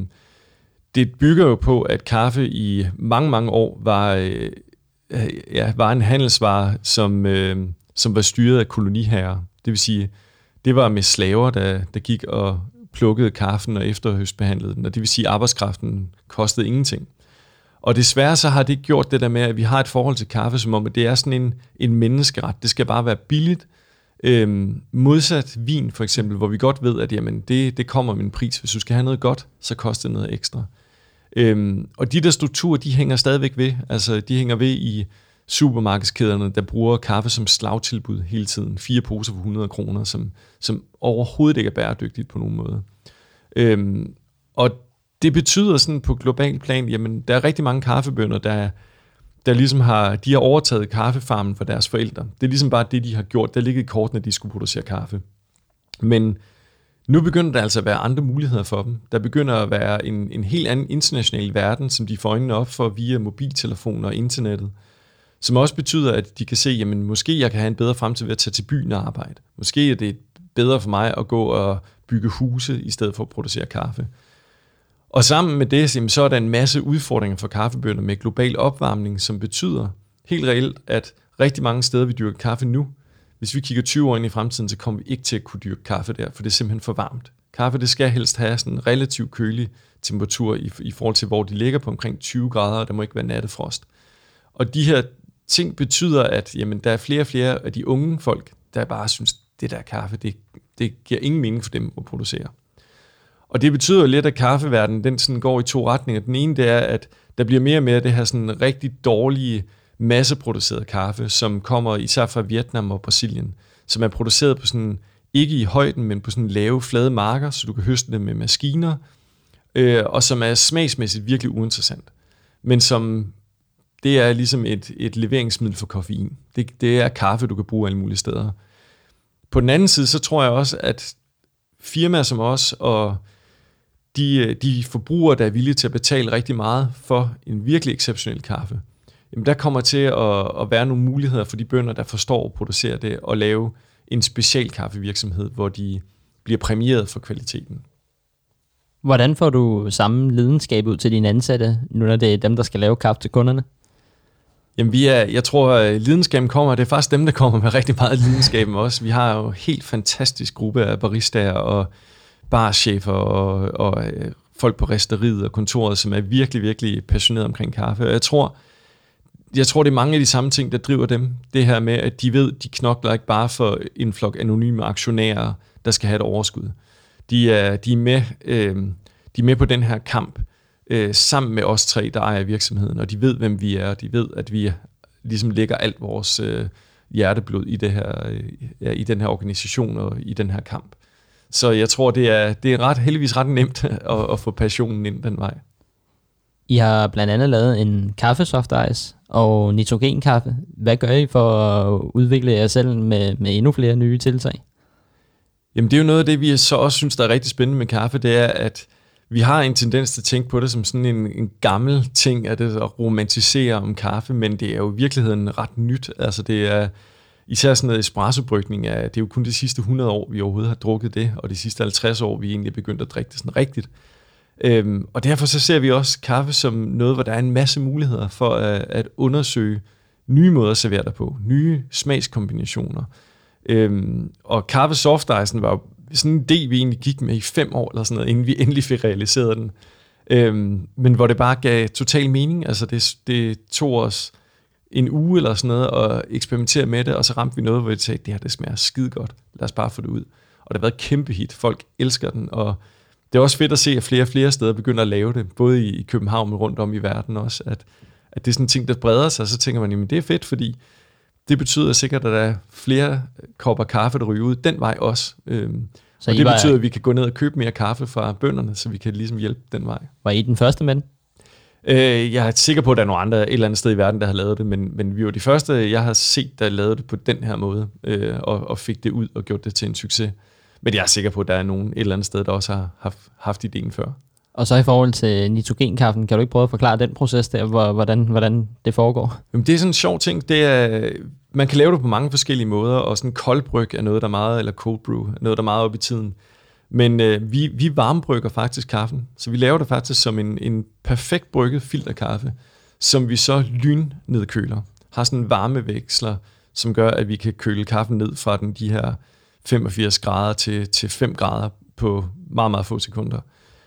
Det bygger jo på, at kaffe i mange, mange år var en handelsvare, som var styret af koloniherrer. Det vil sige, det var med slaver, der gik og plukkede kaffen og efterhøstbehandlede den. Og det vil sige, at arbejdskraften kostede ingenting. Og desværre så har det gjort det der med, at vi har et forhold til kaffe, som om at det er sådan en menneskeret. Det skal bare være billigt. Modsat vin for eksempel, hvor vi godt ved, at jamen, det kommer med en pris. Hvis du skal have noget godt, så koster det noget ekstra. Og de der strukturer, de hænger stadigvæk ved. Altså de hænger ved i supermarkedskæderne, der bruger kaffe som slagtilbud hele tiden. 4 poser for 100 kroner, som overhovedet ikke er bæredygtigt på nogen måde. Og Det betyder sådan på global plan, jamen der er rigtig mange kaffebønder, der ligesom har overtaget kaffefarmen fra deres forældre. Det er ligesom bare det, de har gjort. Der ligger i kortene, at de skulle producere kaffe. Men nu begynder der altså at være andre muligheder for dem. Der begynder at være en helt anden international verden, som de får øjnene op for via mobiltelefoner og internettet. Som også betyder, at de kan se, jamen måske jeg kan have en bedre fremtid ved at tage til byen og arbejde. Måske er det bedre for mig at gå og bygge huse, i stedet for at producere kaffe. Og sammen med det, så er der en masse udfordringer for kaffebønder med global opvarmning, som betyder helt reelt, at rigtig mange steder, vi dyrker kaffe nu, hvis vi kigger 20 år ind i fremtiden, så kommer vi ikke til at kunne dyrke kaffe der, for det er simpelthen for varmt. Kaffe, det skal helst have sådan en relativt kølig temperatur i forhold til, hvor de ligger på omkring 20 grader, og der må ikke være nattefrost. Og de her ting betyder, at jamen, der er flere og flere af de unge folk, der bare synes, det der kaffe, det giver ingen mening for dem at producere. Og det betyder jo lidt, at kaffeverdenen, den sådan går i to retninger. Den ene, det er, at der bliver mere og mere det her sådan rigtig dårlige, masseproducerede kaffe, som kommer især fra Vietnam og Brasilien, som er produceret på sådan, ikke i højden, men på sådan lave, flade marker, så du kan høste det med maskiner, og som er smagsmæssigt virkelig uinteressant. Men som, det er ligesom et leveringsmiddel for koffein. Det er kaffe, du kan bruge alle mulige steder. På den anden side, så tror jeg også, at firmaer som os, og de forbrugere, der er villige til at betale rigtig meget for en virkelig exceptionel kaffe, jamen der kommer til at være nogle muligheder for de bønder, der forstår at producere det, og lave en special kaffevirksomhed, hvor de bliver præmieret for kvaliteten. Hvordan får du samme lidenskab ud til dine ansatte, nu når det er dem, der skal lave kaffe til kunderne? Jamen jeg tror, lidenskaben kommer, det er faktisk dem, der kommer med rigtig meget lidenskaben også. Vi har jo en helt fantastisk gruppe af baristaer og barchefer og folk på risteriet og kontoret, som er virkelig, virkelig passionerede omkring kaffe. Og jeg tror, det er mange af de samme ting, der driver dem. Det her med, at de ved, de knokler ikke bare for en flok anonyme aktionærer, der skal have et overskud. De er med på den her kamp, sammen med os tre, der ejer virksomheden, og de ved, hvem vi er, og de ved, at vi ligesom lægger alt vores hjerteblod i det her, i den her organisation og i den her kamp. Så jeg tror, det er heldigvis ret nemt at få passionen ind den vej. I har blandt andet lavet en kaffesoft ice og nitrogenkaffe. Hvad gør I for at udvikle jer selv med endnu flere nye tiltag? Jamen det er jo noget af det, vi så også synes, der er rigtig spændende med kaffe, det er, at vi har en tendens til at tænke på det som sådan en gammel ting, at det at romantisere om kaffe, men det er jo i virkeligheden ret nyt. Altså det er især sådan noget espressobrygning, det er jo kun de sidste 100 år, vi overhovedet har drukket det, og de sidste 50 år, vi egentlig er begyndt at drikke det sådan rigtigt. Og derfor så ser vi også kaffe som noget, hvor der er en masse muligheder for at undersøge nye måder at servere der på, nye smagskombinationer. Og kaffe soft icen var jo sådan en idé, vi egentlig gik med i 5 år, eller sådan noget, inden vi endelig fik realiseret den. Men hvor det bare gav total mening. Altså det tog os en uge eller sådan noget og eksperimentere med det, og så ramte vi noget, hvor vi sagde, det her det smager skide godt. Lad os bare få det ud. Og det har været et kæmpe hit. Folk elsker den, og det er også fedt at se, at flere og flere steder begynder at lave det, både i København og rundt om i verden også, at det er sådan en ting, der breder sig, og så tænker man, jamen det er fedt, fordi det betyder sikkert, at der er flere kopper kaffe, der ryger ud den vej også. Så og det betyder, at vi kan gå ned og købe mere kaffe fra bønderne, så vi kan ligesom hjælpe den vej. Var I den første med den? Jeg er sikker på, at der er nogle andre et eller andet sted i verden, der har lavet det, men vi var de første, jeg har set, der lavede det på den her måde, og fik det ud og gjort det til en succes. Men jeg er sikker på, at der er nogen et eller andet sted, der også har haft ideen før. Og så i forhold til nitrogenkaffen, kan du ikke prøve at forklare den proces der, hvordan det foregår? Jamen, det er sådan en sjov ting. Det er, man kan lave det på mange forskellige måder, og sådan koldbryg er noget, der er meget, eller cold brew er noget, der er meget op i tiden. Men vi varmebrygger faktisk kaffen, så vi laver det faktisk som en perfekt brygget filterkaffe, som vi så lynnedkøler. Har sådan en varmeveksler, som gør, at vi kan køle kaffen ned fra de her 85 grader til 5 grader på meget, meget få sekunder.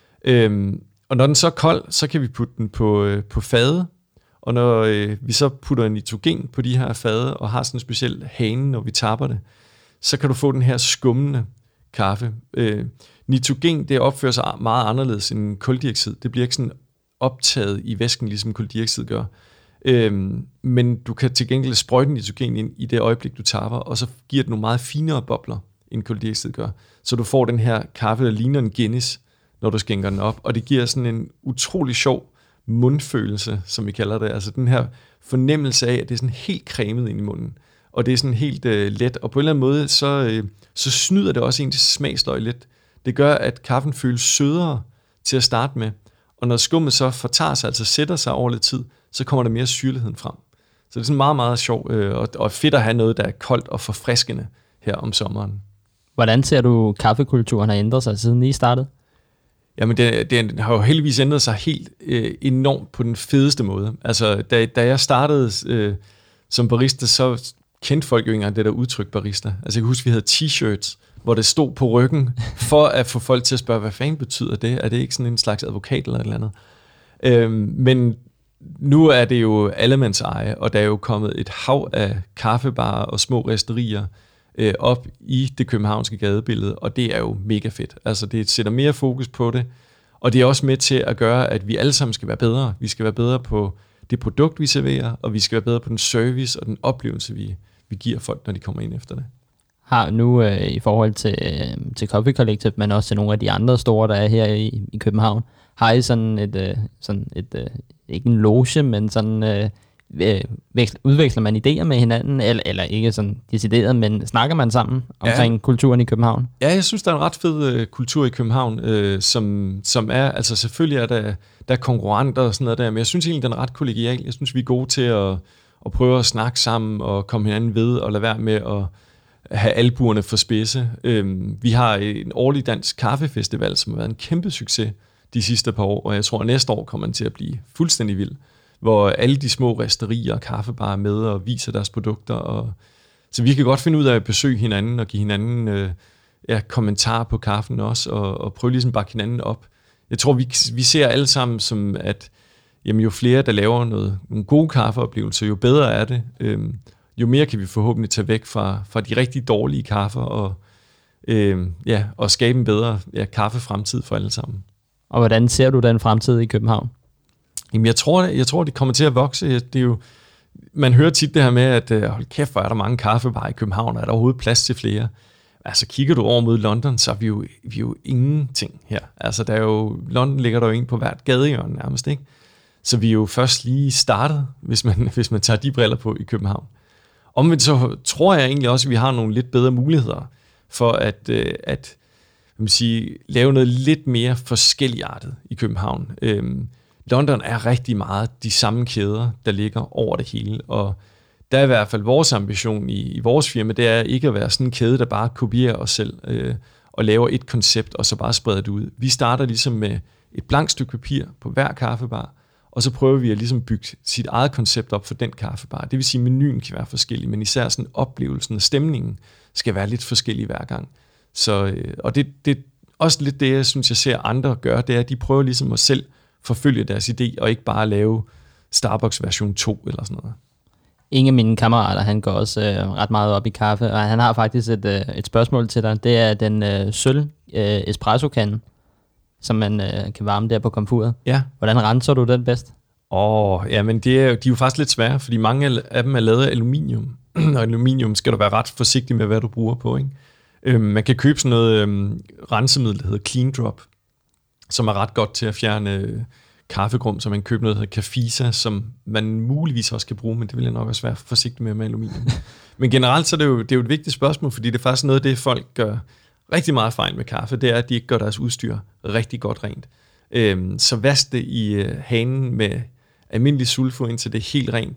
Og når den så er kold, så kan vi putte den på fade, og når vi så putter nitrogen på de her fade, og har sådan en speciel hane, når vi tapper det, så kan du få den her skummende kaffe. Nitrogen, det opfører sig meget anderledes end kuldioxid. Det bliver ikke sådan optaget i væsken, ligesom kuldioxid gør. Men du kan til gengæld sprøjte nitrogen ind i det øjeblik, du tapper, og så giver det nogle meget finere bobler, end kuldioxid gør. Så du får den her kaffe, der ligner en Guinness, når du skænker den op. Og det giver sådan en utrolig sjov mundfølelse, som vi kalder det. Altså den her fornemmelse af, at det er sådan helt cremet ind i munden. Og det er sådan helt let. Og på en eller anden måde, så snyder det også en til smagsløg lidt. Det gør, at kaffen føles sødere til at starte med. Og når skummet så fortager sig, altså sætter sig over lidt tid, så kommer der mere syrligheden frem. Så det er sådan meget, meget sjovt og fedt at have noget, der er koldt og forfriskende her om sommeren. Hvordan ser du, kaffekulturen har ændret sig, siden I startede? Jamen, det har jo heldigvis ændret sig helt enormt på den fedeste måde. Altså, da jeg startede som barista, så kendte folk jo ikke engang det der udtryk barista. Altså, jeg kan huske, vi havde t-shirts, hvor det stod på ryggen, for at få folk til at spørge, hvad fanden betyder det? Er det ikke sådan en slags advokat eller et eller andet? Men nu er det jo allemands eje, og der er jo kommet et hav af kaffebarer og små risterier op i det københavnske gadebillede, og det er jo mega fedt. Altså det sætter mere fokus på det, og det er også med til at gøre, at vi alle sammen skal være bedre. Vi skal være bedre på det produkt, vi serverer, og vi skal være bedre på den service og den oplevelse, vi giver folk, når de kommer ind efter det. Har nu i forhold til Coffee Collective, men også til nogle af de andre store, der er her i København, har I sådan et ikke en loge, men sådan udveksler man idéer med hinanden, eller ikke sådan decideret, men snakker man sammen omkring kulturen i København? Ja, jeg synes, der er en ret fed kultur i København, som er, altså selvfølgelig er der er konkurrenter og sådan noget der, men jeg synes egentlig, den er ret kollegial. Jeg synes, vi er gode til at prøve at snakke sammen og komme hinanden ved og lade være med at have albuerne for spidse. Vi har en årlig dansk kaffefestival, som har været en kæmpe succes de sidste par år, og jeg tror, at næste år kommer den til at blive fuldstændig vild, hvor alle de små risterier og kaffebarer er med og viser deres produkter. Så vi kan godt finde ud af at besøge hinanden og give hinanden kommentarer på kaffen også, og prøve ligesom at bakke hinanden op. Jeg tror, vi ser alle sammen som, at jamen, jo flere, der laver nogle gode kaffeoplevelser, jo bedre er det. Jo mere kan vi forhåbentlig tage væk fra de rigtig dårlige kaffer og skabe en bedre kaffefremtid for alle sammen. Og hvordan ser du den fremtid i København? Jamen, jeg tror, det kommer til at vokse. Det er jo, man hører tit det her med, at hold kæft, hvor er der mange kaffebarer i København, er der overhovedet plads til flere? Altså, kigger du over mod London, så er vi jo ingenting her. Altså, London ligger der jo en på hvert gadehjørne nærmest, ikke? Så vi er jo først lige startet, hvis man tager de briller på i København. Omvendt så tror jeg egentlig også, at vi har nogle lidt bedre muligheder for at lave noget lidt mere forskelligartet i København. London er rigtig meget de samme kæder, der ligger over det hele, og der er i hvert fald vores ambition i vores firma, det er ikke at være sådan en kæde, der bare kopierer os selv og laver et koncept, og så bare spreder det ud. Vi starter ligesom med et blankt stykke papir på hver kaffebar, og så prøver vi at ligesom bygge sit eget koncept op for den kaffebar. Det vil sige, at menuen kan være forskellig, men især sådan oplevelsen og stemningen skal være lidt forskellig hver gang. Så, og det er også lidt det, jeg synes, jeg ser andre gøre, det er, at de prøver ligesom at selv forfølge deres idé, og ikke bare lave Starbucks version 2 eller sådan noget. En af mine kammerater, han går også ret meget op i kaffe, og han har faktisk et spørgsmål til dig. Det er den sølv espresso-kande, som man kan varme der på komfuret. Ja. Hvordan renser du den bedst? Men de er jo faktisk lidt svære, fordi mange af dem er lavet af aluminium. Og aluminium skal du være ret forsigtig med, hvad du bruger på, ikke? Man kan købe sådan noget rensemiddel, der hedder Clean Drop, som er ret godt til at fjerne kaffegrum, så man kan købe noget, der hedder Cafisa, som man muligvis også kan bruge, men det vil jeg nok også være forsigtig med aluminium. Men generelt så er det jo et vigtigt spørgsmål, fordi det er faktisk noget af det, folk gør rigtig meget fejl med kaffe, det er, at de ikke gør deres udstyr rigtig godt rent. Så vask det i hanen med almindelig sulfur, indtil det er helt rent,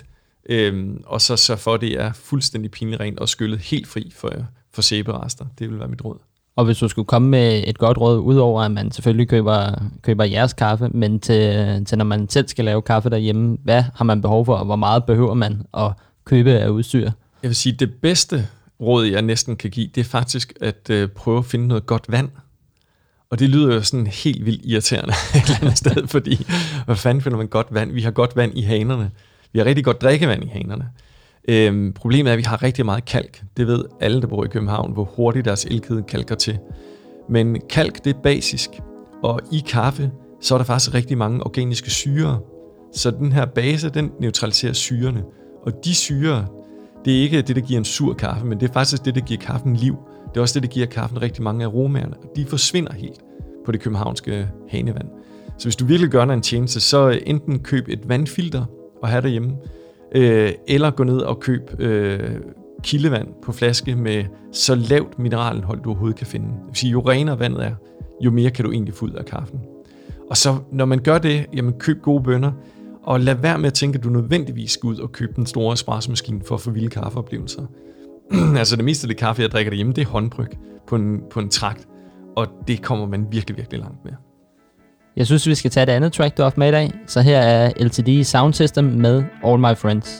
og så sørg for, at det er fuldstændig pinligt rent og skyllet helt fri for sæberester. Det vil være mit råd. Og hvis du skulle komme med et godt råd, udover at man selvfølgelig køber jeres kaffe, men til når man selv skal lave kaffe derhjemme, hvad har man behov for, og hvor meget behøver man at købe af udstyr? Jeg vil sige, det bedste råd, jeg næsten kan give, det er faktisk at prøve at finde noget godt vand. Og det lyder jo sådan helt vildt irriterende et eller andet sted, fordi hvad fanden finder man godt vand? Vi har godt vand i hanerne. Vi har rigtig godt drikkevand i hanerne. Problemet er, at vi har rigtig meget kalk. Det ved alle, der bor i København, hvor hurtigt deres elkæde kalker til. Men kalk, det er basisk. Og i kaffe, så er der faktisk rigtig mange organiske syrer. Så den her base, den neutraliserer syrerne. Og de syrer, det er ikke det, der giver en sur kaffe, men det er faktisk det, der giver kaffen liv. Det er også det, der giver kaffen rigtig mange aromaerne. Og de forsvinder helt på det københavnske hanevand. Så hvis du virkelig gør dig en tjeneste, så enten køb et vandfilter og have derhjemme, eller gå ned og køb kildevand på flaske med så lavt mineralindhold, du overhovedet kan finde. Det vil sige, jo renere vandet er, jo mere kan du egentlig få ud af kaffen. Og så når man gør det, jamen køb gode bønner, og lad være med at tænke, at du nødvendigvis skal ud og købe den store espresso-maskine for at få vilde kaffeoplevelser. Altså det meste af det kaffe, jeg drikker derhjemme, det er håndbryg på en trakt, og det kommer man virkelig, virkelig langt med. Jeg synes, vi skal tage det andet track, du har haft med i dag. Så her er LTD Sound System med All My Friends.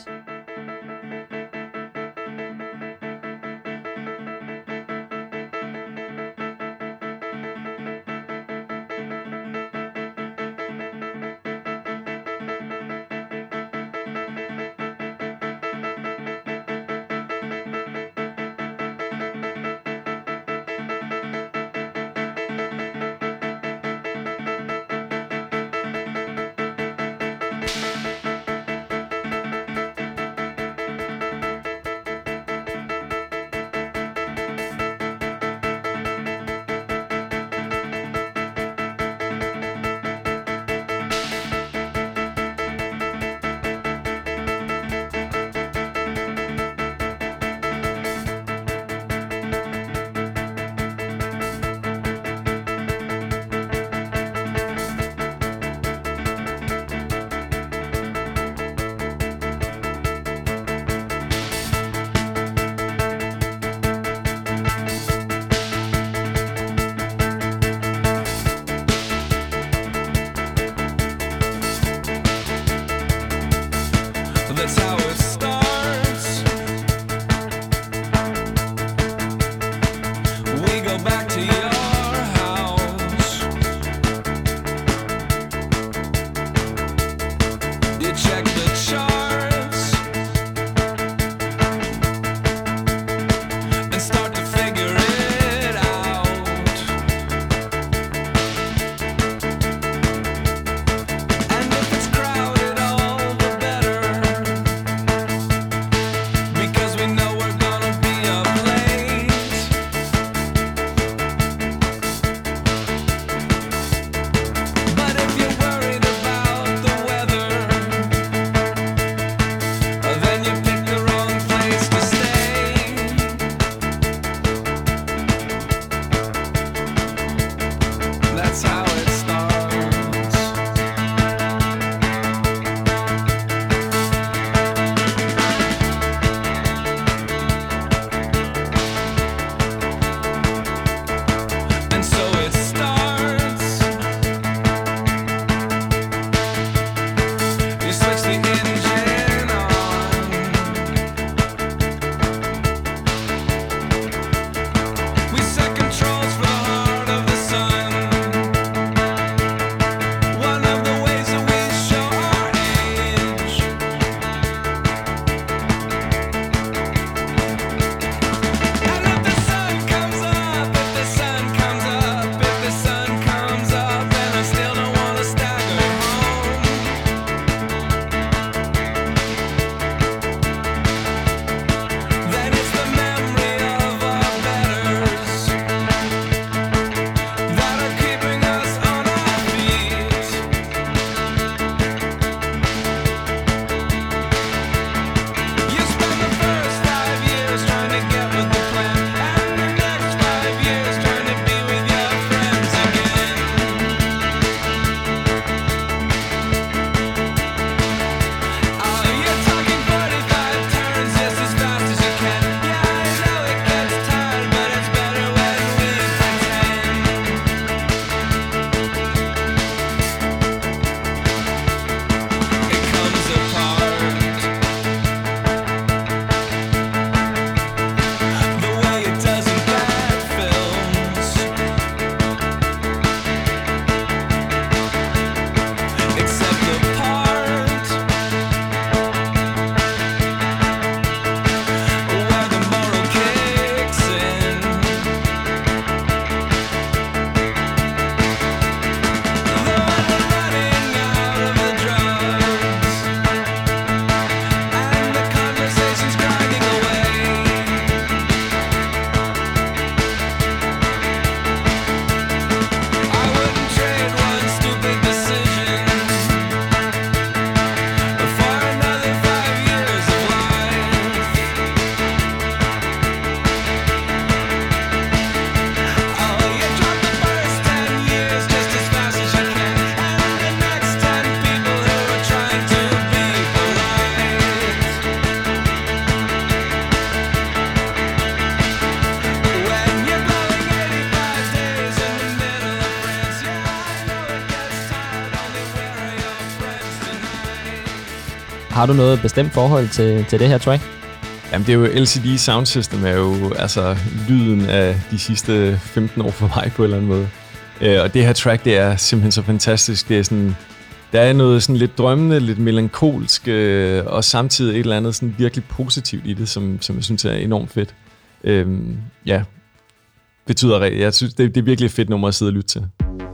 Har du noget bestemt forhold til det her track? Jamen det er jo LCD Sound System, er jo altså lyden af de sidste 15 år for mig på en eller anden måde. Og det her track, det er simpelthen så fantastisk. Det er sådan, der er noget sådan lidt drømmende, lidt melankolsk, og samtidig et eller andet sådan virkelig positivt i det, som jeg synes er enormt fedt. Ja, betyder rigtigt. Jeg synes, det er virkelig et fedt nummer at sidde og lytte til.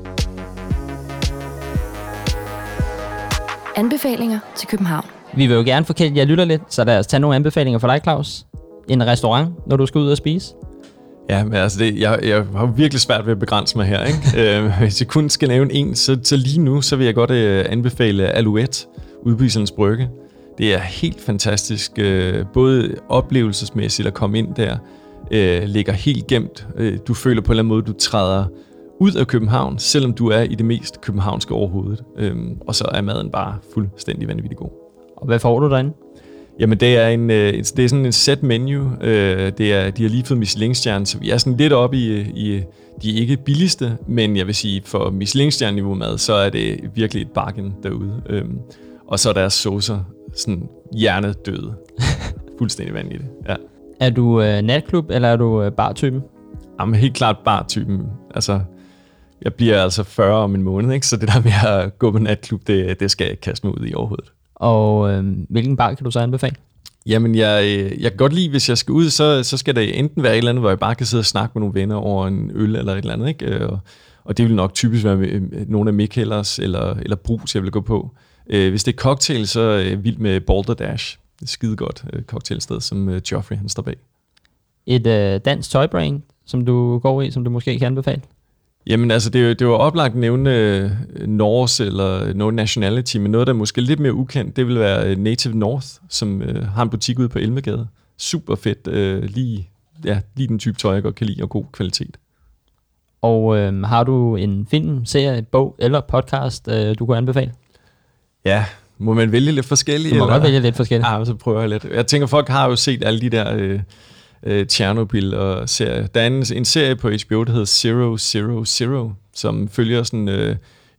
Anbefalinger til København. Vi vil jo gerne forkæle jer lytter lidt, så lad os tage nogle anbefalinger for dig, Claus. En restaurant, når du skal ud og spise. Ja, men altså jeg har virkelig svært ved at begrænse mig her, ikke? Hvis jeg kun skal nævne en, så lige nu, så vil jeg godt anbefale Alouette ude på Islands Brygge. Det er helt fantastisk, både oplevelsesmæssigt at komme ind der, ligger helt gemt. Du føler på en eller anden måde, du træder ud af København, selvom du er i det mest københavnske overhovedet. Og så er maden bare fuldstændig vanvittig god. Og hvad får du derinde? Jamen det er sådan en set menu. De har lige fået Michelin-stjerne, så vi er sådan lidt oppe i de ikke billigste, men jeg vil sige, for Michelin-stjerne-niveau mad, så er det virkelig et bargain derude. Og så er deres saucer sådan hjernedøde. Fuldstændig vanvittigt, ja. Er du natklub, eller er du bartypen? Jamen helt klart bartypen. Altså, jeg bliver altså 40 om en måned, ikke? Så det der med at gå på natklub, det skal jeg ikke kaste mig ud i overhovedet. Og hvilken bar kan du så anbefale? Jamen, jeg kan godt lide, hvis jeg skal ud, så skal det enten være et eller andet, hvor jeg bare kan sidde og snakke med nogle venner over en øl eller et eller andet, ikke? Og det vil nok typisk være nogle af Mikkellers eller Brus, jeg vil gå på. Hvis det er cocktail, så er jeg vild med Balderdash. Det er skide godt cocktailsted, som Joffrey han står bag. Et dansk tøjbrand, som du går i, som du måske kan anbefale? Jamen altså, det var oplagt at nævne Norse eller No Nationality, men noget, der er måske lidt mere ukendt, det vil være Native North, som har en butik ude på Elmegade. Super fedt. Lige den type tøj, jeg godt kan lide, og god kvalitet. Og har du en film, serie, bog eller podcast, du kunne anbefale? Ja, må man vælge lidt forskelligt? Du må godt vælge lidt forskelligt. Ja, så prøver jeg lidt. Jeg tænker, folk har jo set alle de der Chernobyl og serier. Der er en serie på HBO, der hedder 000, som følger sådan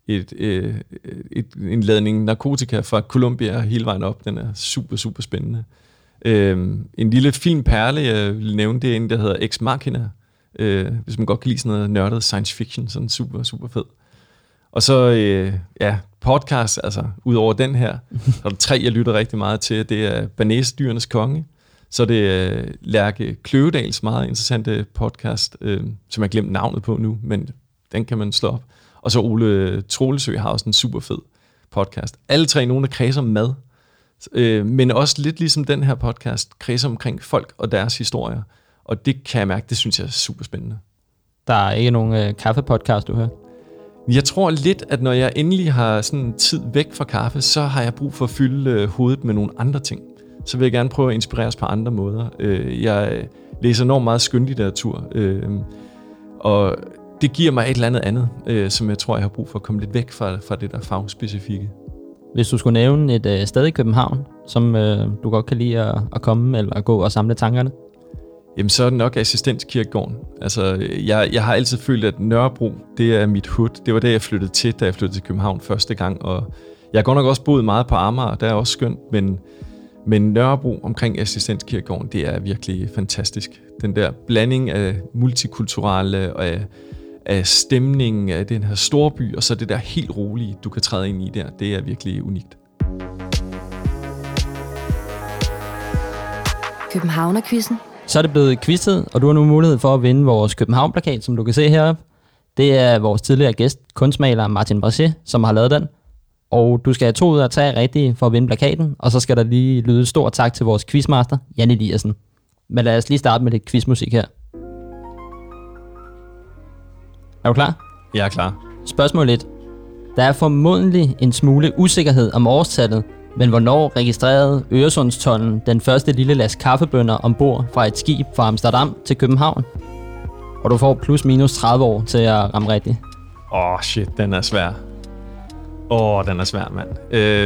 en ladning narkotika fra Colombia hele vejen op. Den er super, super spændende. En lille fin perle, jeg vil nævne, det er en, der hedder Ex Machina. Hvis man godt kan lide sådan noget nørdet science fiction, sådan super, super fed. Og så, podcast, altså ud over den her, så er der 3, jeg lytter rigtig meget til. Det er Banæs Dyrenes Konge. Så det er Lærke Kløvedals meget interessante podcast, som jeg har glemt navnet på nu, men den kan man slå op. Og så Ole Troelsø har også en super fed podcast. Alle 3 nogle, der kredser om mad, men også lidt ligesom den her podcast, kredser omkring folk og deres historier. Og det kan jeg mærke, det synes jeg er super spændende. Der er ikke nogen kaffepodcast, du hører? Jeg tror lidt, at når jeg endelig har sådan tid væk fra kaffe, så har jeg brug for at fylde hovedet med nogle andre ting. Så vil jeg gerne prøve at inspireres på andre måder. Jeg læser enormt meget skønlitteratur, og det giver mig et eller andet, som jeg tror, jeg har brug for at komme lidt væk fra det der fagspecifikke. Hvis du skulle nævne et sted i København, som du godt kan lide at komme eller at gå og samle tankerne? Jamen, så er det nok Assistenskirkegården. Altså, jeg har altid følt, at Nørrebro, det er mit hood. Det var det, jeg flyttede til, da jeg flyttede til København første gang. Og jeg har godt nok også boet meget på Amager, der er også skønt, men Nørrebro omkring Assistenskirkegården, det er virkelig fantastisk. Den der blanding af multikulturelle og af stemningen af den her storby, og så det der helt rolige, du kan træde ind i der, det er virkelig unikt. Københavner-quizzen. Så er det blevet quizzet, og du har nu mulighed for at vinde vores København-plakat, som du kan se heroppe. Det er vores tidligere gæst, kunstmaler Martin Brachet, som har lavet den. Og du skal have 2 ud af 3 rigtige for at vinde plakaten, og så skal der lige lyde et stort tak til vores quizmaster, Jan Eliassen. Men lad os lige starte med lidt quizmusik her. Er du klar? Jeg er klar. Spørgsmål 1. Der er formodentlig en smule usikkerhed om årstallet, men hvornår registrerede Øresundstolden den første lille last kaffebønner ombord fra et skib fra Amsterdam til København? Og du får plus minus 30 år til at ramme rigtigt. Shit, den er svær. Den er svær, mand.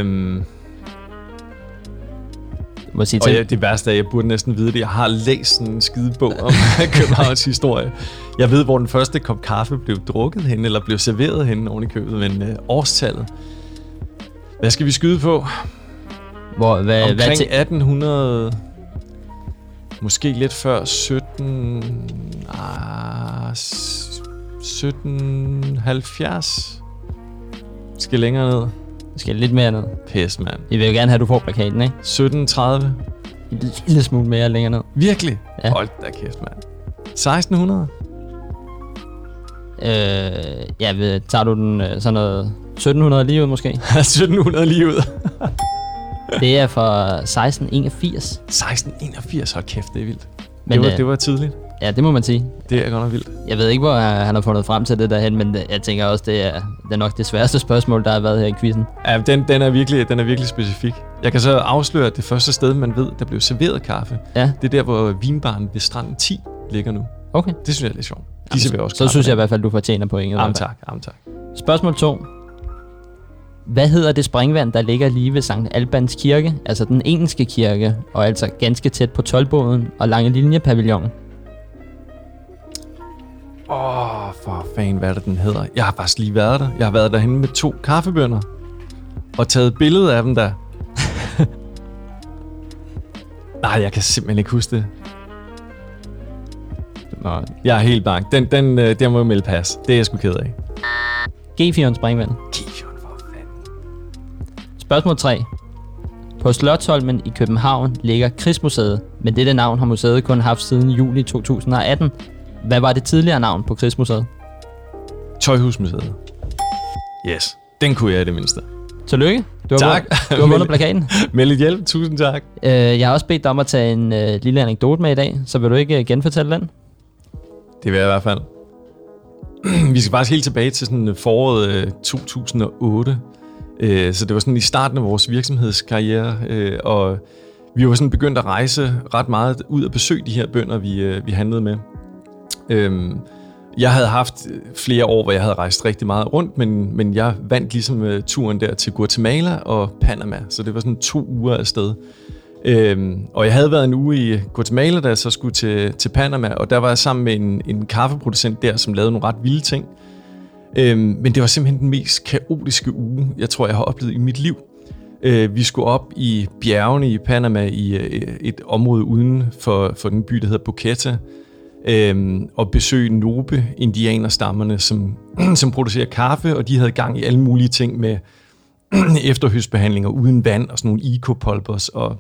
Må sige til. Og det værste er, jeg burde næsten vide det. Jeg har læst en skide bog om Københavns historie. Jeg ved, hvor den første kop kaffe blev drukket hen, eller blev serveret hen oven i købet, men årstallet. Hvad skal vi skyde på? Omkring 1800... Måske lidt før 1770. Skal længere ned. Skal lidt mere ned. Pæs, mand. Jeg vil jo gerne have, at du får plakaten, ikke? 1730. En lille smule mere længere ned. Virkelig? Ja. Hold da kæft, mand. 1600? Tager du den sådan noget 1700 lige ud, måske? 1700 lige ud. Det er fra 1681. 1681, hold kæft, det er vildt. Men, det var tidligt. Ja, det må man sige. Det er godt nok vildt. Jeg ved ikke, hvor han har fundet frem til det derhen, men jeg tænker også, det er nok det sværeste spørgsmål, der har været her i quizzen. Ja, den er virkelig specifik. Jeg kan så afsløre, at det første sted, man ved, der blev serveret kaffe, det er der, hvor vinbaren ved Stranden 10 ligger nu. Okay. Det synes jeg er lidt sjovt. Så synes jeg i hvert fald, du fortjener pointet. Jamen tak. Spørgsmål 2. Hvad hedder det springvand, der ligger lige ved Sankt Albans Kirke, altså den engelske kirke, og altså ganske tæt på Toldbåden og Lange Linje-pavillonen? For fanden, hvad er det, den hedder? Jeg har faktisk lige været der. Jeg har været derhenne med 2 kaffebønner og taget billede af dem der. Nej, jeg kan simpelthen ikke huske det. Jeg er helt bange. Der må jeg melde pas. Det er jeg sgu ked af. Gefjorden springvand. Gefjorden, for fanden. Spørgsmål 3. På Slotsholmen i København ligger Krigsmuseet, men dette navn har museet kun haft siden juli 2018. Hvad var det tidligere navn på Krigsmuseet? Tøjhusmuseet. Yes, den kunne jeg i det mindste. Tillykke. Du har vundet plakaten. Med lidt hjælp, tusind tak. Jeg har også bedt dig om at tage en lille anekdote med i dag, så vil du ikke genfortælle den? Det vil jeg i hvert fald. Vi skal faktisk helt tilbage til sådan foråret 2008. Så det var sådan i starten af vores virksomhedskarriere, og vi var sådan begyndt at rejse ret meget ud og besøge de her bønder, vi handlede med. Jeg havde haft flere år, hvor jeg havde rejst rigtig meget rundt, men jeg vandt ligesom turen der til Guatemala og Panama, så det var sådan 2 uger afsted. Og jeg havde været en uge i Guatemala, da jeg så skulle til Panama, og der var jeg sammen med en kaffeproducent der, som lavede nogle ret vilde ting. Men det var simpelthen den mest kaotiske uge, jeg tror, jeg har oplevet i mit liv. Vi skulle op i bjergene i Panama i et område uden for den by, der hedder Boquete, og besøge Nobe-indianerstammerne, som producerer kaffe, og de havde gang i alle mulige ting med efterhøstbehandlinger uden vand og sådan nogle eco-pulpers, og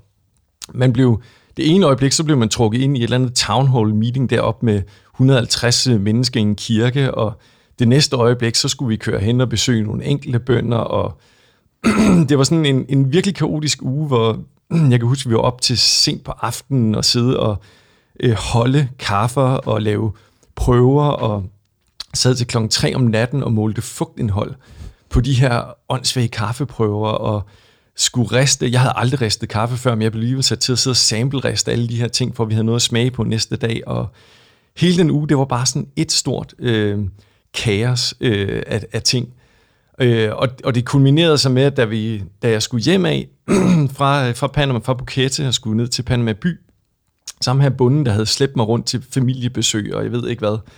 det ene øjeblik, så blev man trukket ind i et eller andet town hall meeting deroppe med 150 mennesker i en kirke, og det næste øjeblik, så skulle vi køre hen og besøge nogle enkelte bønder, og det var sådan en virkelig kaotisk uge, hvor jeg kan huske, vi var op til sent på aftenen og sidde og holde kaffer og lave prøver, og sad til 3:00 om natten og målte fugtindhold på de her åndssvage kaffeprøver, og skulle riste. Jeg havde aldrig ristet kaffe før, men jeg blev alligevel sat til at sidde og sample-riste alle de her ting, for vi havde noget at smage på næste dag, og hele den uge, det var bare sådan et stort kaos af ting. Og det kulminerede så med, at da jeg skulle hjem af fra Panama, fra Boquete, og skulle ned til Panama by, sammen her bunden, der havde slæbt mig rundt til familiebesøg, og jeg ved ikke hvad.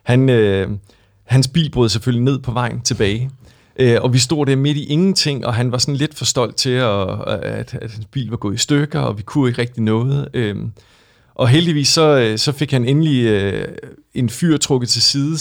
Hans bil brød selvfølgelig ned på vejen tilbage. Og vi stod der midt i ingenting, og han var sådan lidt for stolt til, at hans bil var gået i stykker, og vi kunne ikke rigtig noget. Og heldigvis så fik han endelig en fyr trukket til side,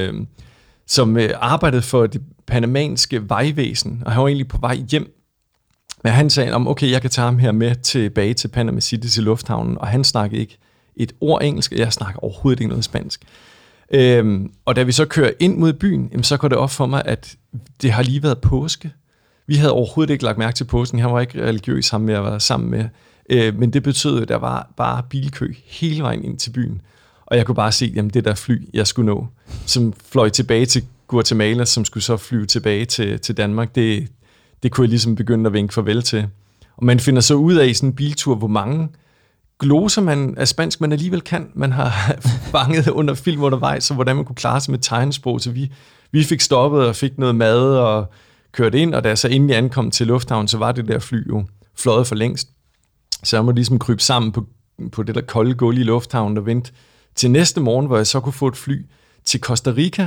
som arbejdede for det panamanske vejvæsen, og han var egentlig på vej hjem. Men han sagde, okay, jeg kan tage ham her med tilbage til Panama City, til lufthavnen, og han snakkede ikke et ord engelsk, og jeg snakker overhovedet ikke noget spansk. Og da vi så kører ind mod byen, så går det op for mig, at det har lige været påske. Vi havde overhovedet ikke lagt mærke til påsken. Han var ikke religiøs, ham jeg var sammen med. Men det betød, at der var bare bilkø hele vejen ind til byen. Og jeg kunne bare se, jamen det der fly, jeg skulle nå, som fløj tilbage til Guatemala, som skulle så flyve tilbage til Danmark, det kunne jeg ligesom begynde at vinke farvel til. Og man finder så ud af i sådan en biltur, hvor mange gloser man af spansk, man alligevel kan. Man har fanget under film undervejs, så hvordan man kunne klare sig med tegnsprog. Så vi fik stoppet og fik noget mad og kørt ind, og da jeg så endelig ankom til lufthavnen, så var det der fly jo fløjet for længst. Så jeg måtte ligesom krybe sammen på det der kolde gulv i lufthavnen og vente til næste morgen, hvor jeg så kunne få et fly til Costa Rica,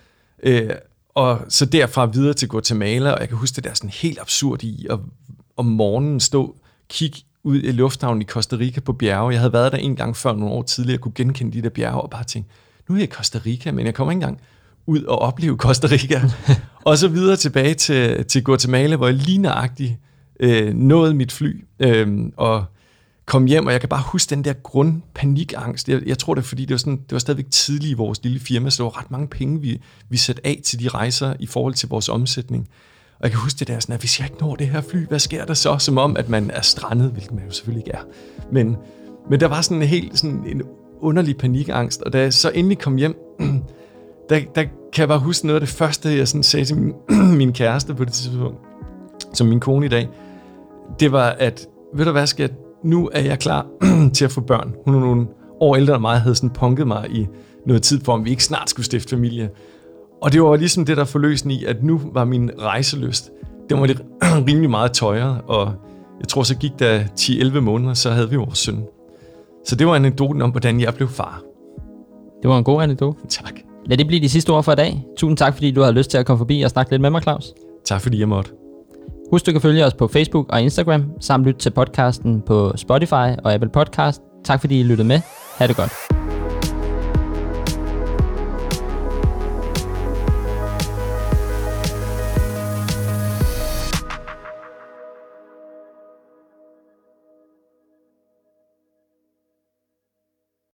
og så derfra videre til Guatemala, og jeg kan huske det der sådan helt absurd i at om morgenen stå kigge ud i lufthavnen i Costa Rica på bjerge. Jeg havde været der en gang før nogle år tidligere, kunne genkende de der bjerge og bare tænke, nu er jeg i Costa Rica, men jeg kommer ikke engang ud og opleve Costa Rica. Og så videre tilbage til Guatemala, hvor jeg lige nøjagtigt nåede mit fly og kom hjem, og jeg kan bare huske den der grundpanikangst. Jeg tror det er, fordi det var stadigvæk tidligt i vores lille firma, så der var ret mange penge, vi satte af til de rejser i forhold til vores omsætning. Og jeg kan huske det der sådan, at hvis jeg ikke når det her fly, hvad sker der så? Som om, at man er strandet, hvilket man jo selvfølgelig ikke er. Men der var sådan en underlig panikangst, og da jeg så endelig kom hjem, der kan jeg bare huske noget af det første, jeg sådan sagde til min kæreste på det tidspunkt, som min kone i dag, det var, at ved du hvad, skat, nu er jeg klar til at få børn. Hun er nogle år ældre end mig, havde sådan punket mig i noget tid for, om vi ikke snart skulle stifte familie. Og det var ligesom det, der forløste i, at nu var min rejselyst, det var rimelig meget tøjret, og jeg tror, så gik der 10-11 måneder, så havde vi vores søn. Så det var anekdoten om, hvordan jeg blev far. Det var en god anekdote. Tak. Lad det blive de sidste ord for i dag. Tusind tak, fordi du havde lyst til at komme forbi og snakke lidt med mig, Claus. Tak, fordi jeg måtte. Husk, du kan følge os på Facebook og Instagram, samt lytte til podcasten på Spotify og Apple Podcast. Tak, fordi I lyttede med. Ha' det godt.